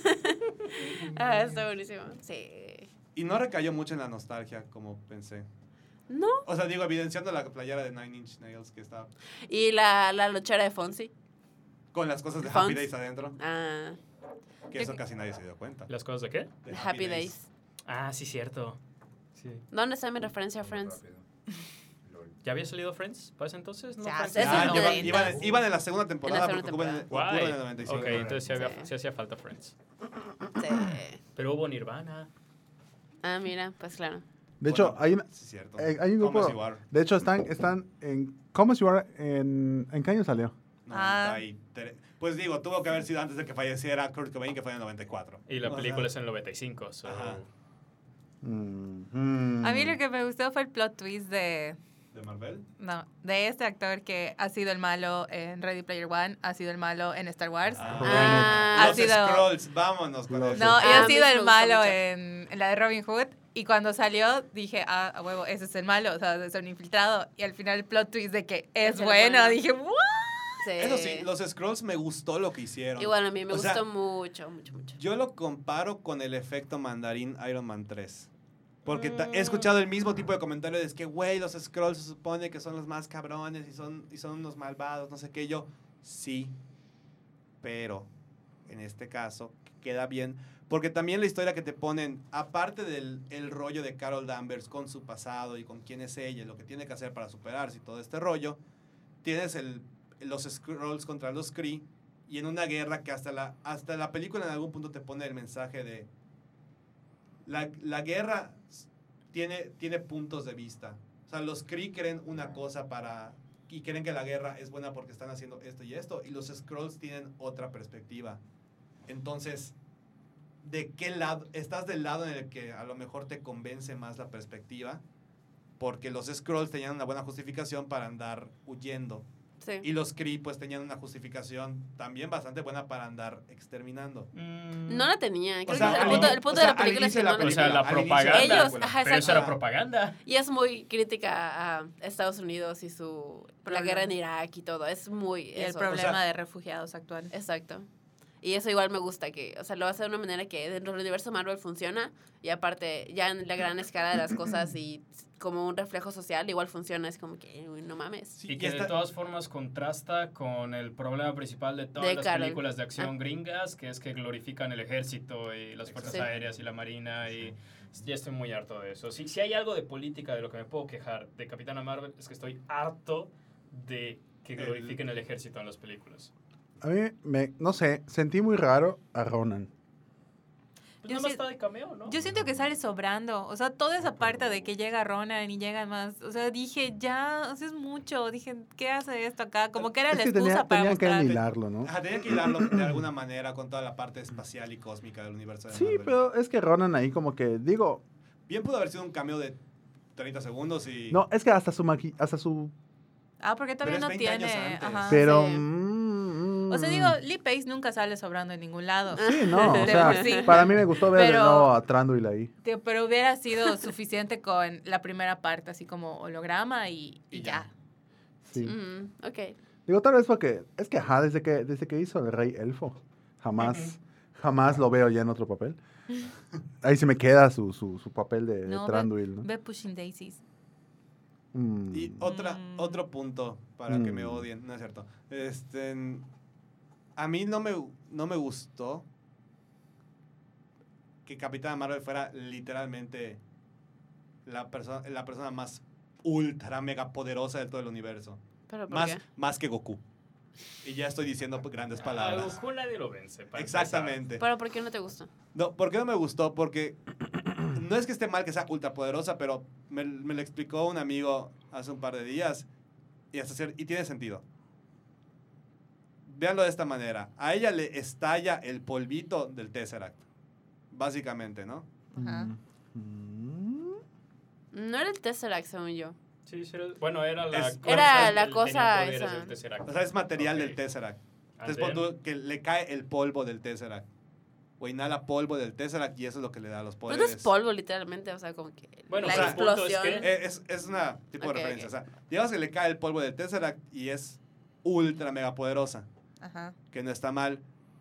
Ah, está buenísimo. Sí. Y no recayó mucho en la nostalgia, como pensé. No. O sea, digo, evidenciando la playera de Nine Inch Nails que está Y la, la luchera de Fonzie. con las cosas de Fons. Happy Days adentro, Ah, que eso casi nadie se dio cuenta. ¿Las cosas de qué? De Happy Days. Ah, sí, cierto. Sí. ¿Dónde está mi referencia a Friends? ¿Ya había salido Friends para ese entonces? ¿No? Ya, Friends? sí, eso Ah, es iban, noventa. iban, iban en la segunda temporada segunda porque ocurre en- temporada. ocurre Guay. en el noventa y cinco. Ok, entonces sí, había- Sí. sí hacía falta Friends. Sí. Pero hubo Nirvana. Ah, mira, pues claro. De hecho, Bueno, hay, una- sí, cierto. eh, hay un Come grupo. As You Are, De hecho, están, están en. ¿Cómo es You Are? En, ¿En qué año salió? Ah. noventa y tres. Pues digo, tuvo que haber sido antes de que falleciera Kurt Cobain, que fue en el noventa y cuatro. Y la O película sea, es en el noventa y cinco. So. Ajá. Mm, mm. A mí lo que me gustó fue el plot twist de, ¿De Marvel? no, de este actor que ha sido el malo en Ready Player One, ha sido el malo en Star Wars. Ah, Los ha sido- Scrolls, vámonos con Los- eso. No, y Ah, a ha mí sido sí me el gustó malo mucho. en, en la de Robin Hood. Y cuando salió, dije, ah, a huevo, ese es el malo, o sea, es un infiltrado. Y al final el plot twist de que es Es el bueno, bueno. dije, ¿what? Sí. Eso sí, los Scrolls me gustó lo que hicieron. Igual a mí me O sea, gustó mucho, mucho, mucho. Yo lo comparo con el efecto mandarín Iron Man tres. Porque ta- he Mm. escuchado el mismo tipo de comentarios de que, güey, los Scrolls se supone que son los más cabrones y son, y son unos malvados, no sé qué. Yo, sí, pero en este caso queda bien. Porque también la historia que te ponen, aparte del el rollo de Carol Danvers con su pasado y con quién es ella y lo que tiene que hacer para superarse y todo este rollo, tienes el, los Scrolls contra los Kree y en una guerra que hasta la, hasta la película en algún punto te pone el mensaje de la, la guerra tiene, tiene puntos de vista. O sea, los Kree creen una cosa para y creen que la guerra es buena porque están haciendo esto y esto y los Scrolls tienen otra perspectiva. Entonces, ¿de qué lado? Estás del lado en el que a lo mejor te convence más la perspectiva porque los Scrolls tenían una buena justificación para andar huyendo. Sí. Y los Kree pues tenían una justificación también bastante buena para andar exterminando. Mm. No la tenía. Creo O sea, que el al punto, ini- el punto o de sea, la al película es inicio que de no la la O sea, película, la al inicio de la propaganda. Ellos, película. ajá, Pero eso era exacto. propaganda. Y es muy crítica a Estados Unidos y su la guerra en Irak y todo. Es muy Y el eso. problema O sea, de refugiados actual. Exacto. Y eso igual me gusta, que, o sea, lo hace de una manera que dentro del universo Marvel funciona y aparte ya en la gran escala de las cosas y como un reflejo social igual funciona, es como que, uy, no mames. Sí, Y que esta- de todas formas contrasta con el problema principal de todas De las Carol. películas de acción Ah. gringas, que es que glorifican el ejército y las fuerzas Sí. aéreas y la marina, y ya estoy muy harto de eso. Si, si hay algo de política de lo que me puedo quejar de Capitana Marvel, es que estoy harto de que glorifiquen el ejército en las películas. A mí, me, no sé, sentí muy raro a Ronan. Pues Yo nada más sí- está de cameo, ¿no? Yo siento que sale sobrando. O sea, toda esa parte de que llega Ronan y llegan más. O sea, dije, ya, o sea, es mucho. Dije, ¿qué hace esto acá? Como que era Es la que excusa tenía, para tenían que mostrar. hilarlo, ¿no? Ajá, tenían que hilarlo de alguna manera con toda la parte espacial y cósmica del universo de Sí, Marvel. pero es que Ronan ahí como que, digo, Bien pudo haber sido un cameo de treinta segundos y... no, es que hasta su maqui hasta su... Ah, porque todavía Pero no es veinte años tiene. antes. Ajá. Pero... sí. mm, O sea, mm. digo, Lee Pace nunca sale sobrando en ningún lado. Sí, no, o De sea, por sí. para mí me gustó ver de Pero- nuevo a Thranduil ahí. Tío, pero hubiera sido suficiente con la primera parte, así como holograma y, y Y ya. ya. Sí. Mm, ok. Digo, tal vez porque, es que, ajá, desde que, desde que hizo el Rey Elfo, jamás, jamás lo veo ya en otro papel. Ahí se me queda su, su, su papel de, de No, Thranduil, ¿no? Ve Pushing Daisies. Mm. Y otra, Mm. otro punto para que me Mm. odien, no es cierto. Este, a mí no me, no me gustó que Capitana Marvel fuera literalmente la, perso- la persona más ultra mega poderosa de todo el universo. ¿Pero por Más, qué? más que Goku. Y ya estoy diciendo pues, grandes A palabras. Goku nadie lo vence. para Exactamente. ¿Pero por qué no te gusta? No, ¿por qué no me gustó? Porque no es que esté mal que sea ultra poderosa, pero me, me lo explicó un amigo hace un par de días y, hasta cier- y tiene sentido. Véanlo de esta manera. A ella le estalla el polvito del Tesseract. Básicamente, ¿no? Ajá. Mm. No era el Tesseract, según yo. empezar. Sí, sí, era- bueno, era la Es- cosa. Era el- la el- cosa tenía poderes esa. del Tesseract. O sea, es material Ok. del Tesseract. Entonces, And pon then- tú que le cae el polvo del Tesseract. O inhala polvo del Tesseract y eso es lo que le da los Pues poderes. no es polvo, literalmente, o sea, como que Bueno, la o sea, el punto es explosión. que- Eh, Es, es una tipo Ok, de referencia. ok. O sea, digamos que le cae el polvo del Tesseract y es ultra mega poderosa. Ajá. Que no está mal.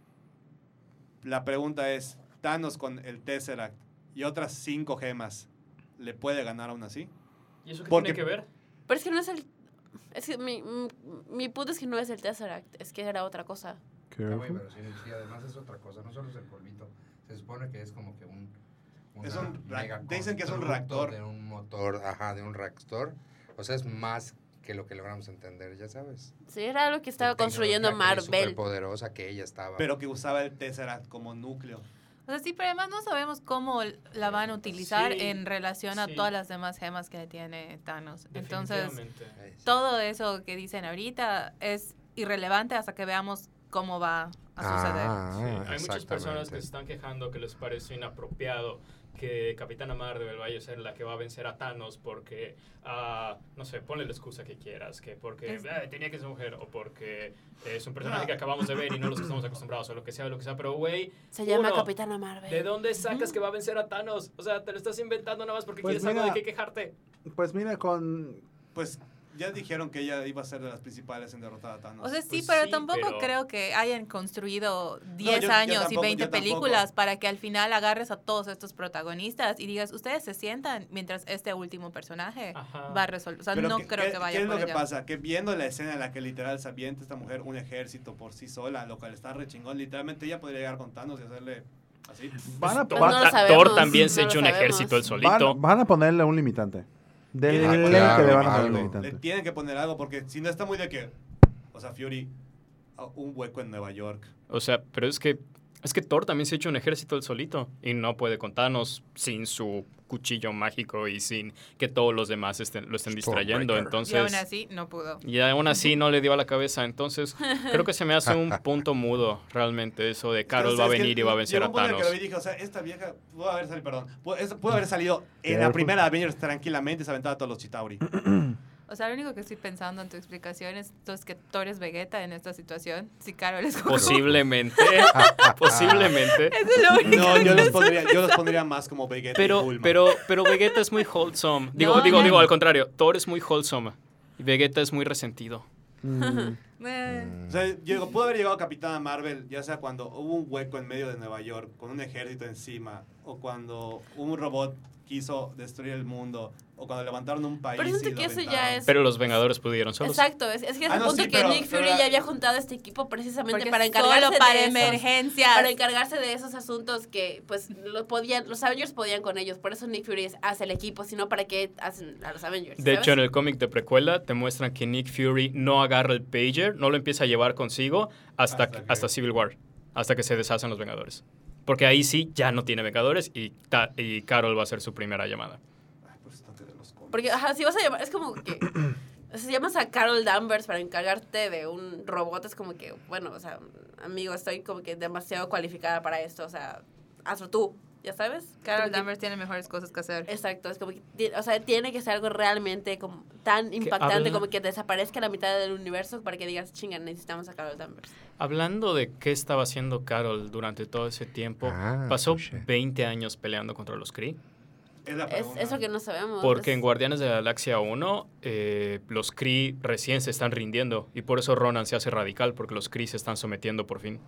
La pregunta es, Thanos con el Tesseract y otras cinco gemas, ¿le puede ganar aún así? ¿Y eso qué Porque- tiene que ver? Pero es que no es el... Es que mi, mi, mi punto es que no es el Tesseract, es que era otra cosa. Ah, güey, pero sí, sí, además es otra cosa, no solo es el polvito. Se supone que es como que un... Es una un ra- mega dicen que es un constructo reactor. De un motor, ajá, de un reactor. O sea, es más que lo que logramos entender, ya sabes. Sí, era algo que estaba De construyendo tecnología que es Marvel. superpoderosa que ella estaba. Pero que usaba el Tesseract como núcleo. O sea, sí, pero además no sabemos cómo la van a utilizar Sí, en relación a sí. todas las demás gemas que tiene Thanos. Entonces, Definitivamente. Ahí sí. todo eso que dicen ahorita es irrelevante hasta que veamos cómo va a suceder. Ah, Sí, hay muchas exactamente. personas que se están quejando que les parece inapropiado que Capitana Marvel vaya a ser la que va a vencer a Thanos porque, ah, no sé, ponle la excusa que quieras, que porque Es- "Ah, tenía que ser mujer o porque es un personaje Ah. que acabamos de ver y no los que estamos acostumbrados o lo que sea, lo que sea, pero güey, Se llama uno, Capitana Marvel. ¿de dónde sacas que va a vencer a Thanos? O sea, te lo estás inventando nada más porque Pues quieres algo de mira. qué quejarte. Pues mira, con... Pues ya dijeron que ella iba a ser de las principales en derrotar a Thanos. O sea, sí, Pues pero sí, tampoco pero- creo que hayan construido diez yo- yo años tampoco, y yo veinte tampoco. películas para que al final agarres a todos estos protagonistas y digas, ustedes se sientan mientras este último personaje Ajá. va a resolver. O sea, Pero no ¿qué- creo qué- que vaya ¿Qué es por lo que allá. pasa? Que viendo la escena en la que literal se avienta esta mujer un ejército por sí sola, lo cual está re chingón, literalmente ella podría llegar con Thanos y hacerle así. Van a, Thor, Pues no lo ta- sabemos, Thor también se no echó lo un sabemos. ejército él van, solito. van a ponerle un limitante. De Tienen ley que que ponerle le van a poner algo. un Le limitante. tienen que poner algo porque si no está muy de que, o sea, Fury, a- un hueco en Nueva York. O sea, pero es que es que Thor también se ha hecho un ejército él solito y no puede con Thanos sin su cuchillo mágico y sin que todos los demás estén, lo estén distrayendo. Stormbreaker. Y Entonces, aún así, no pudo. y aún así no le dio a la cabeza. Entonces, creo que se me hace un punto mudo realmente eso de Carol va a Entonces, es que venir y va a vencer llegó a un punto en el Thanos. que lo vi y dije, o sea, esta vieja pudo haber salido, perdón, pudo, es- pudo haber salido en la Careful. primera Avengers tranquilamente y se aventaba a todos los Chitauri. O O sea, lo único que estoy pensando en tu explicación es entonces, que Thor es Vegeta en esta situación. Si Carol es Goku. Posiblemente. posiblemente. Eso es lo único. No, yo los pondría, yo los pondría más como Vegeta y Pero, Bulma. pero, pero Vegeta es muy wholesome. Digo, No, digo, no. digo, al contrario. Thor es muy wholesome. Y Vegeta es muy resentido. Mm. Eh, O sea, yo digo, pudo haber llegado Capitana Marvel, ya sea cuando hubo un hueco en medio de Nueva York con un ejército encima, o cuando un robot quiso destruir el mundo, o cuando levantaron un país. Pero y siento lo que eso ya aventaron. es... Pero los Vengadores pudieron solos. Exacto, es, es que es Ah, el no, punto sí, que pero- Nick Fury pero- ya había juntado este equipo precisamente porque para encargarse solo para de esos, emergencias. para encargarse de esos asuntos que pues lo podían, los Avengers podían con ellos, por eso Nick Fury es- hace el equipo, sino para qué hacen a los Avengers. De ¿sabes? hecho, en el cómic de precuela te muestran que Nick Fury no agarra el pager, no lo empieza a llevar consigo hasta, Hasta que- hasta Civil War, hasta que se deshacen los Vengadores. Porque ahí sí ya no tiene Vengadores y, ta- y Carol va a ser su primera llamada. Ay, por eso tengo que leer los cómics. Porque, ajá, si vas a llamar, es como que... o sea, si llamas a Carol Danvers para encargarte de un robot, es como que, bueno, o sea, amigo, estoy como que demasiado cualificada para esto, o sea, hazlo tú, ¿ya sabes? Carol Como que- Danvers tiene mejores cosas que hacer. Exacto, es como que, ti- o sea, tiene que ser algo realmente como tan impactante habla- como que desaparezca la mitad del universo para que digas, chinga, necesitamos a Carol Danvers. Hablando de qué estaba haciendo Carol durante todo ese tiempo, Ah, pasó touché. veinte años peleando contra los Kree. Es la Es pregunta. eso que no sabemos. Porque es- en Guardianes de la Galaxia uno, eh, los Kree recién se están rindiendo. Y por eso Ronan se hace radical, porque los Kree se están sometiendo por fin.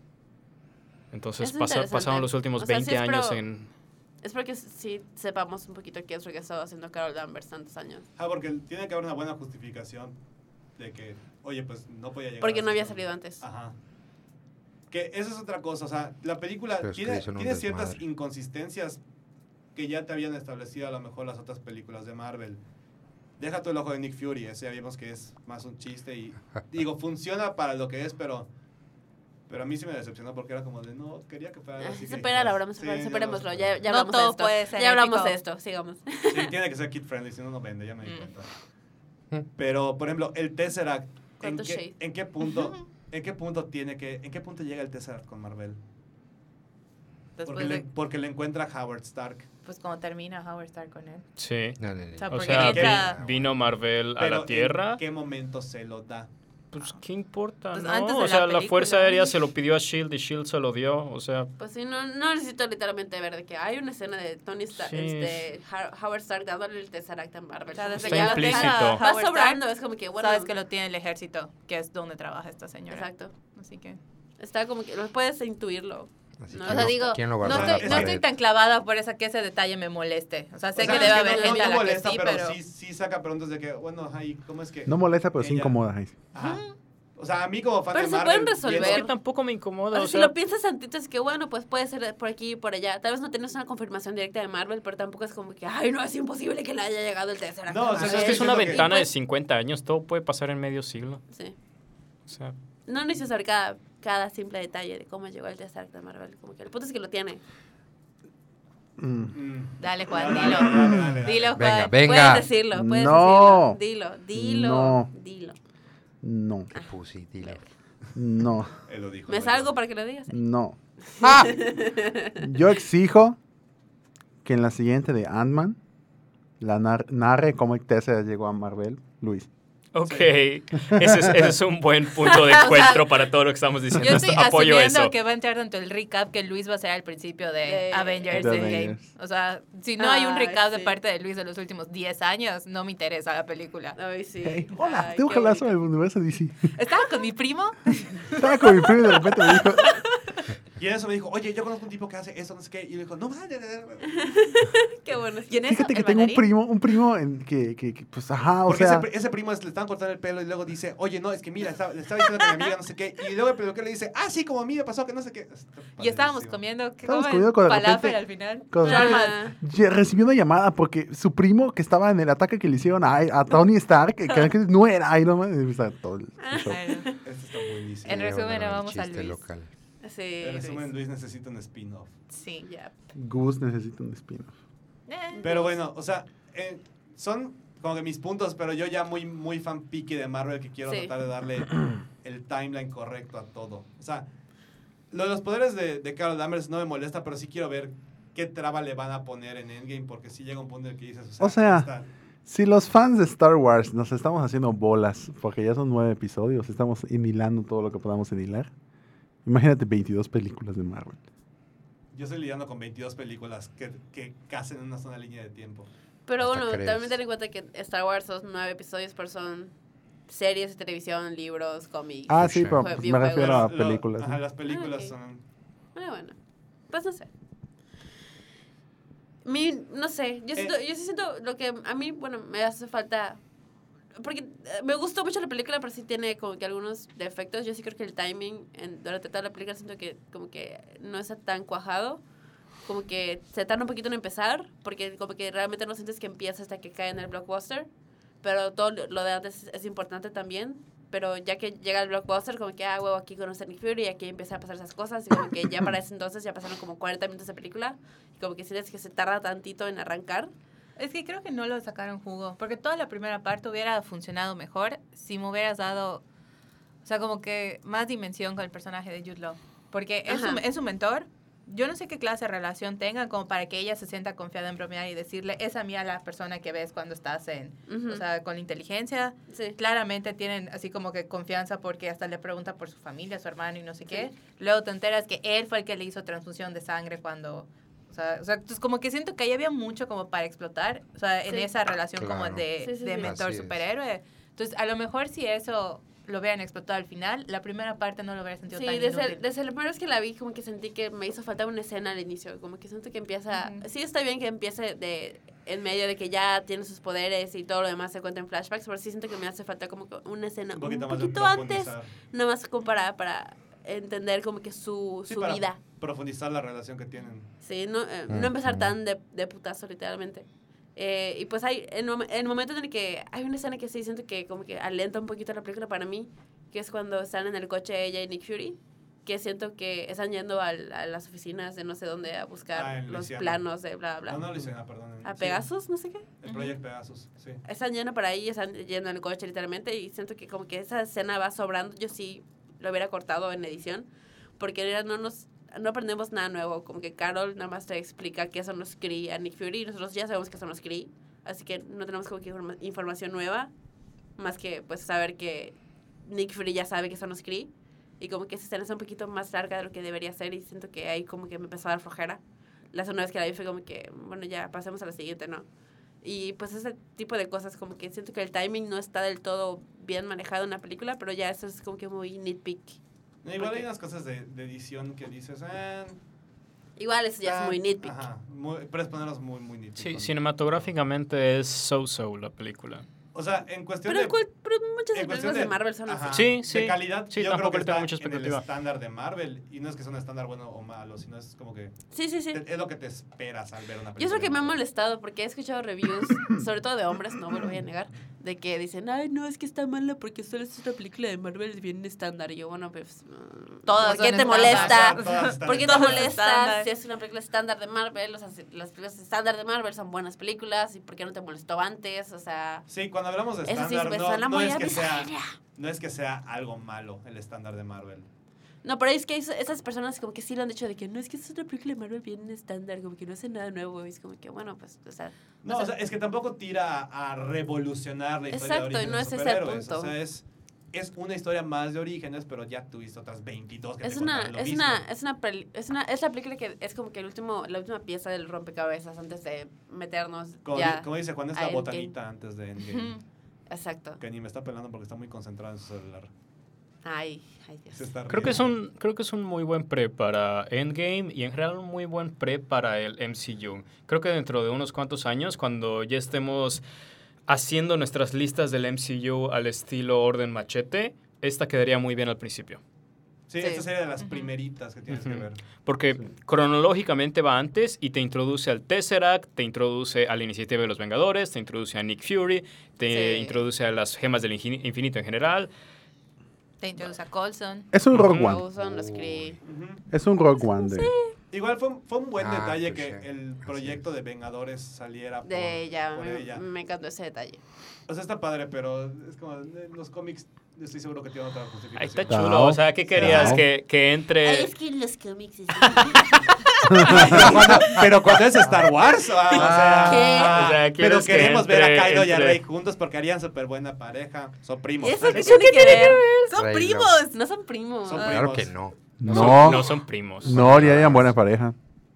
Entonces Es pasa- interesante. pasaron los últimos O sea, veinte sí años espero- en... Espero que sí sepamos un poquito qué es lo que ha estado haciendo Carol Danvers tantos años. Ah, porque tiene que haber una buena justificación de que, oye, pues no podía llegar. Porque a no había ese salido punto. antes. Ajá. Que eso es otra cosa, o sea, la película Pero es que tiene, son un tiene ciertas desmadre. inconsistencias que ya te habían establecido a lo mejor las otras películas de Marvel. Deja tú el ojo de Nick Fury, ese ya vimos que es más un chiste y digo, funciona para lo que es, pero pero a mí sí me decepcionó porque era como de, no, quería que fuera algo Ah, así. que supera la dijeras, broma, sí, supera- ya superémoslo, lo ya, ya No hablamos todo de esto. puede ser Ya hablamos épico. de esto, sigamos. Sí, tiene que ser kid friendly, si no, no vende, ya me di Mm. cuenta. Pero, por ejemplo, el Tesseract, ¿en ¿Cuánto qué, shade? ¿en qué punto en qué punto tiene que, en qué punto llega el Tesseract con Marvel? Porque Después le, de, porque le encuentra Howard Stark. pues cuando termina Howard Stark con él. Sí. No, no, no. O sea, O porque sea, neta- vi- vino Marvel a Pero la Tierra. ¿en qué momento se lo da? Pues, ¿qué importa? Pues no? antes de O la sea, la, película. Fuerza Aérea se lo pidió a S H I E L D y S H I E L D se lo dio. O sea, Pues sí, no, no necesito literalmente ver de que hay una escena de Tony Stark, Sí. este, Ha- Howard Stark dándole el Tesseract a Marvel. O sea, Como desde que Está ya implícito. deja- Howard Va Stark, sobrando, es como que, bueno. Sabes que lo tiene el ejército, que es donde trabaja esta señora. Exacto. Así que... Está como que, lo puedes intuirlo. Así, No, ¿quién O sea, lo- digo, ¿quién lo no guardó en estoy, la es no que- estoy pared? tan clavada por esa que ese detalle me moleste. O sea, sé O sea, que es debe no- haber no- gente no a la molesta, que sí, pero, pero... sí, sí saca preguntas de que, bueno, ay, ¿cómo es que? No molesta, pero sí ella- incomoda. Ay, sí. Ajá. O sea, a mí como fan Pero de se Marvel... pueden resolver. viendo- es que tampoco me O incomoda. sea, O si sea, lo piensas tantito es que, bueno, pues puede ser por aquí y por allá. Tal vez no tienes una confirmación directa de Marvel, pero tampoco es como que, ay, no, es imposible que le haya llegado el Tesseract. No, a o sea, pues Marvel. es que es una Siento que- ventana de pues- cincuenta años. Todo puede pasar en medio siglo. Sí. O sea, No necesitas saber cada, cada simple detalle de cómo llegó el Tesseract a Marvel. Como que el punto es que lo tiene. Mm. Mm. Dale, Juan, Dale, dilo. dale, dale, dale. Dilo, Juan. Venga, venga. Puedes decirlo, puedes No. decirlo. Dilo, dilo, No. dilo. No, Pussy, dilo. no, Él lo dijo. ¿Me no salgo yo. para que lo digas? no. ¡Ah! Yo exijo que en la siguiente de Ant-Man la nar- narre cómo el Tesseract llegó a Marvel, Luis. ok. Ese, es, ese es un buen punto de encuentro para todo lo que estamos diciendo. Yo estoy Apoyo asumiendo eso. que va a entrar tanto el recap que Luis va a hacer al principio de, De- Avengers De Endgame. Avengers. O sea, si no hay un Ay, recap de sí. parte de Luis de los últimos diez años, no me interesa la película. Ay, sí. Hey, hola, Ay, tengo qué que hablar sobre el bonito. universo D C. Estaba con mi primo. Estaba con mi primo y de repente me dijo, Y en eso me dijo, oye, yo conozco un tipo que hace eso, no sé qué. Y me dijo, no, madre. Qué bueno. Y en eso, fíjate que el tengo un mandarín. primo, un primo en que, que, que, pues, ajá, o Porque sea, ese, pri- ese primo es- le estaban cortando el pelo y luego dice, oye, no, es que mira, estaba- le estaba diciendo a mi amiga, no sé qué. Y luego el peluquero le dice, ah, sí, como a mí me pasó, que no sé qué. Está Y estábamos padrísimo. comiendo, ¿qué Estábamos comen? comiendo cuando de Falafel repente- al final. cuando- Ah, ye- recibió una llamada porque su primo que estaba en el ataque que le hicieron a, a Tony Stark, que, que no era Iron Man, y está todo el- el show. Bueno, Este está buenísimo. En Sí, resumen, bueno, el vamos a chiste Luis. local. sí. En resumen, Luis. Luis necesita un spin-off. sí. Ya. Gus necesita un spin-off. Eh, Pero bueno, o sea, eh, son como que mis puntos, pero yo ya muy, muy fan picky de Marvel que quiero Sí. tratar de darle el timeline correcto a todo. O sea, lo de los poderes de, de Carol Danvers no me molesta, pero sí quiero ver qué traba le van a poner en Endgame, porque sí llega un punto en el que dices, o sea, O sea, está- Si los fans de Star Wars nos estamos haciendo bolas, porque ya son nueve episodios, estamos enhilando todo lo que podamos enhilar, imagínate veintidós películas de Marvel. Yo estoy lidiando con veintidós películas que, que casen en una sola línea de tiempo. Pero Hasta bueno, crees. también ten en cuenta que Star Wars son nueve episodios, pero son series de televisión, libros, cómics. Ah, sí, pero jue- me videojuegos. refiero a Lo- películas. Ajá, ¿no? las películas Ah, ok. son... Ah, bueno. Pues no sé. Mi, no sé, yo, siento, yo sí siento lo que a mí, bueno, me hace falta... Porque eh, me gustó mucho la película, pero sí tiene como que algunos defectos. Yo sí creo que el timing en, durante toda la película siento que como que no está tan cuajado. Como que se tarda un poquito en empezar, porque como que realmente no sientes que empieza hasta que cae en el blockbuster. Pero todo lo de antes es, es importante también. Pero ya que llega el blockbuster, como que, ah, huevo, aquí conoce a Nick Fury y aquí empieza a pasar esas cosas. Y como que ya para ese entonces ya pasaron como cuarenta minutos de película. Y como que sientes que se tarda tantito en arrancar. Es que creo que no lo sacaron jugo, porque toda la primera parte hubiera funcionado mejor si me hubieras dado, o sea, como que más dimensión con el personaje de Jude Law. Porque es Ajá. un, es un mentor. Yo no sé qué clase de relación tengan como para que ella se sienta confiada en bromear y decirle, esa mía la persona que ves cuando estás en, Ujú. o sea, con la inteligencia. Sí. Claramente tienen así como que confianza porque hasta le pregunta por su familia, su hermano y no sé qué. Luego te enteras que él fue el que le hizo transfusión de sangre cuando... O sea, o sea, entonces como que siento que ahí había mucho como para explotar, o sea, en Sí. esa relación Claro. como de, Sí, sí, de sí. mentor Así es. superhéroe. Entonces, a lo mejor si eso lo hubieran explotado al final, la primera parte no lo hubiera sentido Sí, tan desde, inútil. desde la primera vez que la vi, como que sentí que me hizo falta una escena al inicio. Como que siento que empieza... Ujú. Sí, está bien que empiece de en medio de que ya tiene sus poderes y todo lo demás se cuenta en flashbacks, pero sí siento que me hace falta como que una escena Un un poquito poquito, más de antes, profundizar. nada más como para, para entender como que su, Sí, su para vida. profundizar la relación que tienen. Sí, no, eh, no empezar Ujú. tan de, de putazo, literalmente. Eh, y pues hay, en, mom- en el momento en el que hay una escena que sí siento que como que alenta un poquito la película para mí, que es cuando están en el coche ella y Nick Fury, que siento que están yendo al- a las oficinas de no sé dónde a buscar Ah, en los Luisiana. planos de bla, bla. No, no, Luisiana, perdón. A Sí, Pegasus, no sé qué. El Project Pegasus, sí. Están yendo para ahí, están yendo en el coche literalmente y siento que como que esa escena va sobrando. Yo sí lo hubiera cortado en edición porque en realidad no nos no aprendemos nada nuevo. Como que Carol nada más te explica qué son los Kree a Nick Fury y nosotros ya sabemos qué son los Kree. Así que no tenemos como que informa- información nueva más que pues saber que Nick Fury ya sabe que son los Kree. Y como que esa escena es un poquito más larga de lo que debería ser y siento que ahí como que me empezó a dar flojera. La segunda vez que la vi fue como que, bueno, ya pasemos a la siguiente, ¿no? Y pues ese tipo de cosas, como que siento que el timing no está del todo bien manejado en la película, pero ya eso es como que muy nitpick. No, igual Porque- hay unas cosas de, de edición que dices, ah, Igual eso ya está- es muy nitpick. Ajá, muy, puedes ponerlos muy, muy nitpick. Sí, con- cinematográficamente es so-so la película. O sea, en cuestión Pero, de... cual- pero muchas en películas cuestión de, Marvel son ajá, así. Sí, sí. De calidad, Sí, yo tampoco creo le que tengo está mucha en el expectativa. estándar de Marvel. Y no es que sea un estándar bueno o malo, sino es como que... Sí, sí, sí. te- es lo que te esperas al ver una película. Yo creo que de me ha Marvel. molestado porque he escuchado reviews, sobre todo de hombres, no me lo voy a negar, de que dicen, ay, no, es que está mala porque solo es una película de Marvel bien estándar. Y yo, bueno, pues, mm, Todas ¿por qué son te estándar. molesta? Todas están ¿Por qué te estándar. molesta estándar. si es una película estándar de Marvel? O sea, si las películas estándar de Marvel son buenas películas y ¿por qué no te molestó antes? O sea, Sí, cuando hablamos de eso sí estándar, me no, suena no muy es a que sea, misoginia. no es que sea algo malo el estándar de Marvel. No, pero es que es- esas personas como que sí lo han dicho de que no, es que es una película de Marvel bien estándar, como que no hace nada nuevo. Y es como que, bueno, pues, o sea... No, o o sea, sea, es que tampoco tira a, a revolucionar la historia Exacto, de y orígenes no de es ese el superhéroes. punto. O sea, es, es una historia más de orígenes, pero ya tuviste otras veintidós que Es te una, contaron lo es, mismo. una, es, una, peli- es una es la película que es como que el último, la última pieza del rompecabezas antes de meternos Como, ya. di- como dice Juan, es a la Endgame. botanita antes de Endgame. Exacto. Que ni me está pelando porque está muy concentrado en su celular. Ay, ay Dios. Se está Creo que, es riendo. un, creo que es un muy buen pre para Endgame y en general un muy buen pre para el M C U. Creo que dentro de unos cuantos años, cuando ya estemos haciendo nuestras listas del M C U al estilo orden machete, esta quedaría muy bien al principio. Sí, Sí. esta sería de las Ujú. primeritas que tienes que Ujú. ver. Porque Sí. cronológicamente va antes y te introduce al Tesseract, te introduce a la iniciativa de los Vengadores, te introduce a Nick Fury, te Sí. introduce a las gemas del ingin- infinito en general. Te introduce a Coulson. Es un Rogue Ujú. One. Todos son los Kree. Ujú. Es un Rogue One de... Igual fue, fue un buen Ah, detalle pues que sí, el así proyecto es. de Vengadores saliera por, De ella, por me, ella. me encantó ese detalle. O sea, está padre, pero es como en los cómics estoy seguro que tiene otra Ahí justificación. está chulo. O sea, ¿qué querías? No. Que, que entre... Es que en los cómics es pero, cuando, pero cuando es Star Wars, ah, o sea, ¿Qué? ah, O sea, pero ¿quieres que queremos ver a entre- Kylo y a entre- Rey juntos porque harían súper buena pareja. Son primos. ¿Eso qué ¿Eso tiene que ver? ¡Son Rey primos! No son primos. Son Ah. Claro primos. que no. No, No, son, no son primos. no harían buena pareja.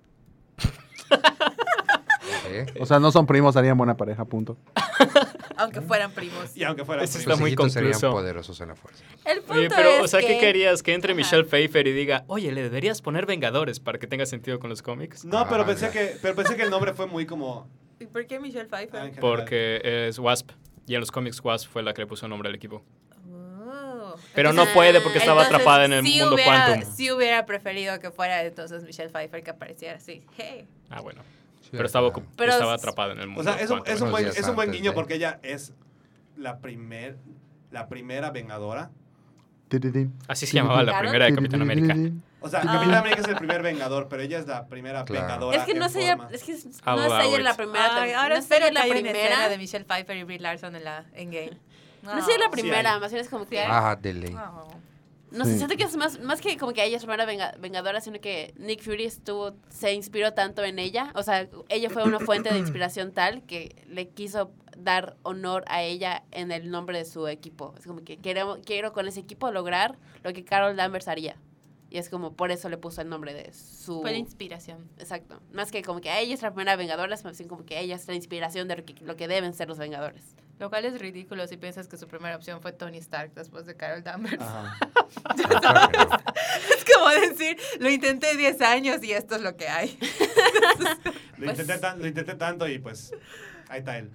¿Eh? O sea, no son primos, harían buena pareja, punto. Aunque fueran primos. Y aunque fuera Ese primos. está muy hijitos serían concluso. poderosos en la fuerza. El punto Oye, pero, es o sea, que... ¿qué querías? Que entre Ajá. Michelle Pfeiffer y diga, oye, ¿le deberías poner Vengadores para que tenga sentido con los cómics? No, pero Ah, pensé ya. que, pero pensé que el nombre fue muy como. ¿Y por qué Michelle Pfeiffer? ah, en general. Porque es Wasp. Y en los cómics Wasp fue la que le puso nombre al equipo. Oh. Pero no Entonces, puede porque estaba Entonces, atrapada en el sí mundo hubiera, Quantum. Sí hubiera preferido que fuera entonces Michelle Pfeiffer que apareciera así. Hey. Ah, bueno. Sí, Pero estaba, claro. ocu- Pero estaba es- atrapada en el O mundo sea, es un, Quantum. es un Unos buen, días es un buen antes guiño de- porque ella es la primer, la primera Vengadora. Así se llamaba la Claro. primera de Capitán América. O sea, Ah. Capitán América es el primer Vengador, pero ella es la primera Claro. Vengadora. Es que no en sé ella, forma. es que es- I'll no es allow ella it. la primera. Ay, tam- ahora no es espero ella que la haya una escena primera. de Michelle Pfeiffer y Brie Larson en la Endgame. No es ella la Oh. primera, hay. más bien es como que... Ah, de ley. Oh. No sé, Sí. siento que es más, más que como que ella es primera venga- vengadora, sino que Nick Fury estuvo, se inspiró tanto en ella. O sea, ella fue una fuente de inspiración tal que le quiso dar honor a ella en el nombre de su equipo. Es como que queremos, quiero con ese equipo lograr lo que Carol Danvers haría. Y es como por eso le puso el nombre de su... Fue la inspiración. Exacto. Más que como que ella es la primera vengadora, es más bien como que ella es la inspiración de lo que, lo que deben ser los vengadores. Lo cual es ridículo si piensas que su primera opción fue Tony Stark después de Carol Danvers. Ajá. Claro que no. Es como decir, lo intenté diez años y esto es lo que hay. Lo, Pues- intenté tan- lo intenté tanto y pues ahí está él.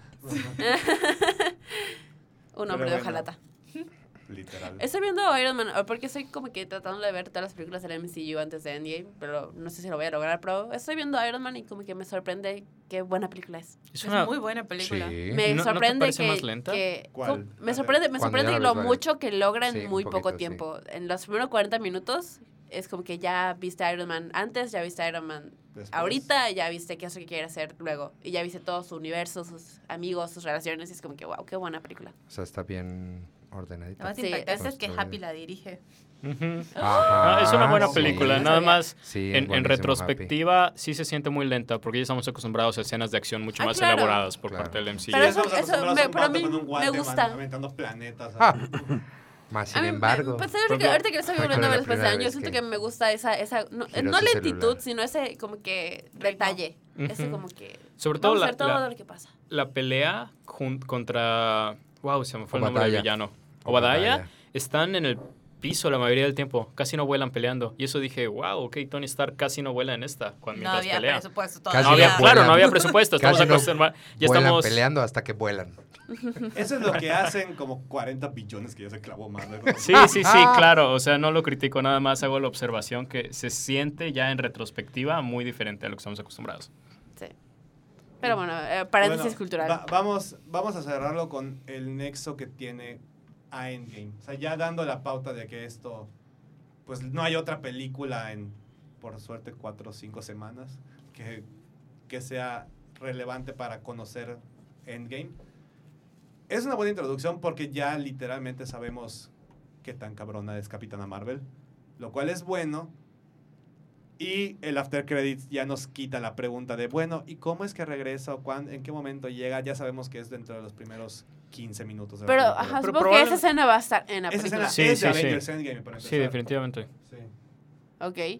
Un hombre Pero de bueno. hojalata. Literal. Estoy viendo Iron Man, porque estoy como que tratando de ver todas las películas del M C U antes de Endgame, pero no sé si lo voy a lograr, pero estoy viendo Iron Man y como que me sorprende qué buena película es. Es Es una... muy buena película. Sí. Me ¿No- no te sorprende parece que, más lenta? que- ¿Cuál? com- me A sorprende, ver. me Cuando sorprende ya la lo ves, vale. mucho que logra en Sí, un muy poco poquito, sí. tiempo. En los primeros cuarenta minutos es como que ya viste Iron Man antes, ya viste Iron Man Después. ahorita, ya viste qué es lo que quiere hacer luego y ya viste todo su universo, sus amigos, sus relaciones y es como que wow, qué buena película. O sea, está bien ordenadita. Lo más Sí, impactante es que construida. Happy la dirige. Ujú. Ajá, Ah, es una buena sí. película, sí. nada más Sí, es en, en buenísimo, retrospectiva sí se siente muy lenta porque ya estamos acostumbrados a escenas de acción mucho Ah, más claro. elaboradas por Claro. parte del M C U. Pero Ya eso- estamos eso acostumbrados me- a un pero a vato mí con un me guante gusta. aventando planetas. Ah. así. Más A sin mí, embargo. pues, Por ahorita, ejemplo, ahorita que lo estoy recuerdo volviendo a ver la después de primera años, vez siento que que me gusta esa, esa no, giró no su lentitud, celular. sino ese como que detalle. Ese Ujú. como que Sobre todo vamos a la, ver todo la, lo que pasa. la pelea jun- contra... Wow, se me fue el nombre del Obadiah. villano. Obadiah. Obadiah. Están en el piso la mayoría del tiempo. Casi no vuelan peleando. Y eso dije, wow, ok, Tony Stark casi no vuela en esta cuando No mientras había pelea. presupuesto Casi No todavía. había, no claro, vuelan. no había presupuesto. Estamos Casi no acostumbrados. Ya Vuelan estamos... peleando hasta que vuelan. Eso es lo que hacen como cuarenta billones que ya se clavó Marvel. Sí, sí, sí, claro. O sea, no lo critico, nada más hago la observación que se siente ya en retrospectiva muy diferente a lo que estamos acostumbrados. Sí. Pero bueno, eh, paréntesis Bueno, cultural. va- vamos, vamos a cerrarlo con el nexo que tiene a Endgame. O sea, ya dando la pauta de que esto, pues no hay otra película en, por suerte, cuatro o cinco semanas que, que sea relevante para conocer Endgame. Es una buena introducción porque ya literalmente sabemos qué tan cabrona es Capitana Marvel, lo cual es bueno. Y el after credits ya nos quita la pregunta de, bueno, ¿y cómo es que regresa? ¿O cuán- ¿En qué momento llega? Ya sabemos que es dentro de los primeros quince minutos. De la Pero, película. ajá, Pero supongo que probable- esa escena va a estar en la Esa película. escena Sí, es de sí, sí. Avengers Endgame, para Sí, empezar. definitivamente. Sí. Ok.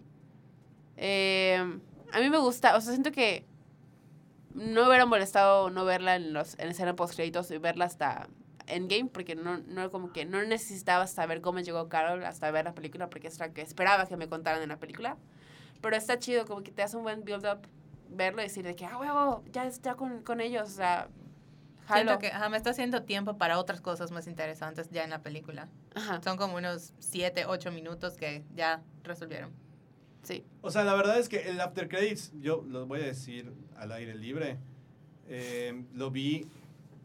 Eh, a mí me gusta, o sea, siento que no me hubiera molestado no verla en los en escena post créditos y verla hasta Endgame, porque no, no como que no necesitaba saber cómo llegó Carol hasta ver la película, porque es la que esperaba que me contaran en la película. Pero está chido, como que te hace un buen build up verlo y decir de que, ah, huevo, ya está con, con ellos, o sea, jalo. Siento que ajá, me está haciendo tiempo para otras cosas más interesantes ya en la película. Ajá, Son como unos siete, ocho minutos que ya resolvieron. sí. O sea, la verdad es que el after credits, yo lo voy a decir al aire libre, eh, lo vi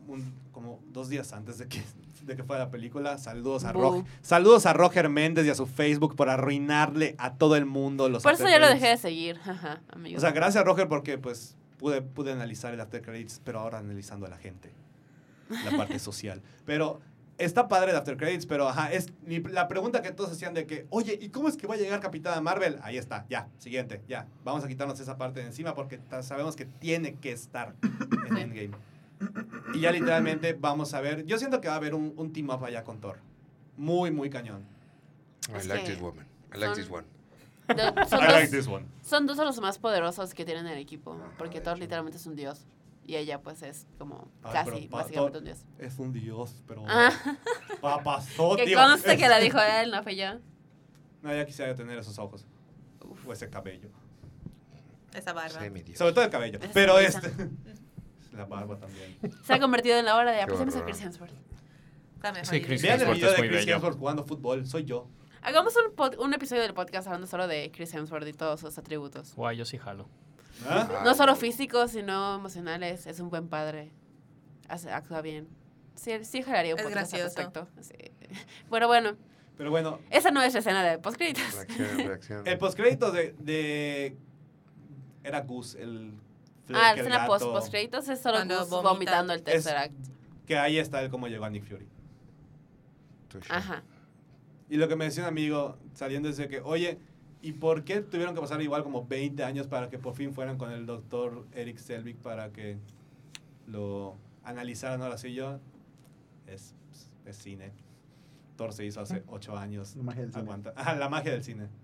un, como dos días antes de que, de que fuera la película. Saludos a Boo. Roger. Saludos a Roger Méndez y a su Facebook por arruinarle a todo el mundo los Por eso after ya lo credits. dejé de seguir, ajá, amigo. O sea, gracias Roger porque pues pude, pude analizar el after credits, pero ahora analizando a la gente. La parte social. Pero está padre el after credits, pero ajá, es mi- la pregunta que todos hacían de que, oye, ¿y cómo es que va a llegar Capitana Marvel? Ahí está, ya, siguiente, ya. Vamos a quitarnos esa parte de encima porque ta- sabemos que tiene que estar en Endgame. Y ya literalmente vamos a ver, yo siento que va a haber un, un team up allá con Thor. Muy, muy cañón. I Es like que this woman. I like son- this one. De- son, I like dos, this one. son dos de los más poderosos que tienen en el equipo, porque Thor literalmente es un dios. Y ella pues es como Ay, casi, pero pa- básicamente Thor- un dios. Es un dios, pero... Ah. Papazón, Que tío. conste que la dijo él, no fue yo. No, ya quisiera tener esos ojos. O ese cabello. Esa barba. Semidios. Sobre todo el cabello. Esa Pero sonrisa. este... La barba también. Se ha convertido en la hora de Qué apreciarnos a horror. Chris Hemsworth. Está mejor. Sí, ir. Chris Vean el Hemsworth video es de muy Chris bello. Hemsworth jugando fútbol. Soy yo. Hagamos un, pod- un episodio del podcast hablando solo de Chris Hemsworth y todos sus atributos. Guay, yo sí jalo. ¿Ah? Ah, No solo físicos, sino emocionales. Es un buen padre. Hace, actúa bien. Sí, sí jalaría un Es podcast al gracioso. respecto. Sí. Bueno, bueno. Pero bueno, Esa no es la escena de postcréditos. Reacción, reacción. el postcrédito de, de... Era Gus, el... Ah, el la escena post gato, postcréditos es solo Cuando Gus vomita. vomitando el Es- Tesseract. Que ahí está el cómo llegó a Nick Fury. Touché. Ajá. Y lo que me decía un amigo saliendo es de que, oye, ¿y por qué tuvieron que pasar igual como veinte años para que por fin fueran con el doctor Eric Selvig para que lo analizaran? Ahora sí yo, es, es cine. Thor se hizo hace ocho años. La magia del cine. Aguanta. Ah, la magia del cine.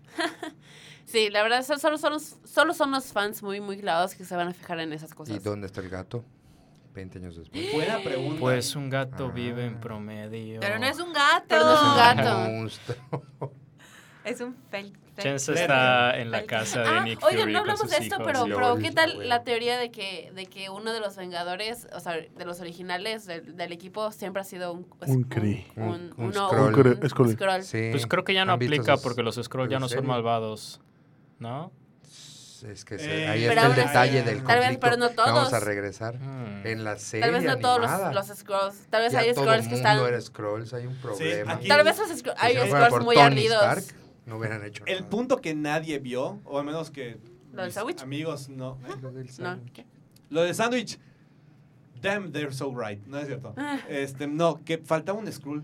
Sí, la verdad, so- solo son, los, solo son los fans muy, muy clavados que se van a fijar en esas ¿Y cosas. dónde está el gato? veinte años después. Buena pregunta. Pues un gato Ah. vive en promedio. Pero no es un gato. Pero no es un gato. Monstruo. Es un fel. fel- Chance Fel- está en la fel- casa de Ah, Nick oigan, Fury no con hablamos sus de esto, hijos. pero, y pero luego ¿qué el tal abuelo. la teoría de que, de que uno de los Vengadores, o sea, de los originales del, del equipo, siempre ha sido un... Un Kree. Un, Un- un uno- Skrull. un- Un Skrull. un Skrull. Sí. Pues creo que ya no ¿Han visto aplica esos porque los Skrull ya no son series? malvados, ¿no? Es que se- Eh, ahí pero está el aún así, detalle del tal vez, conflicto. pero no todos. Vamos a regresar. Mm. En la serie Tal vez no todos animada, los, los Skrulls. Tal vez ya hay todo Skrulls que mundo están... era Skrulls, hay un problema. aquí- Tal vez los Skrull- Si hay no fuera Skrulls por muy Tony ardidos. Stark, no hubieran hecho El nada. punto que nadie vio, o al menos que ¿Lo del mis sándwich? amigos no... ¿eh? Lo del No, sándwich. ¿qué? Lo del sándwich. Damn, they're so right. No es cierto. Ah. Este, no, que faltaba un Skrull.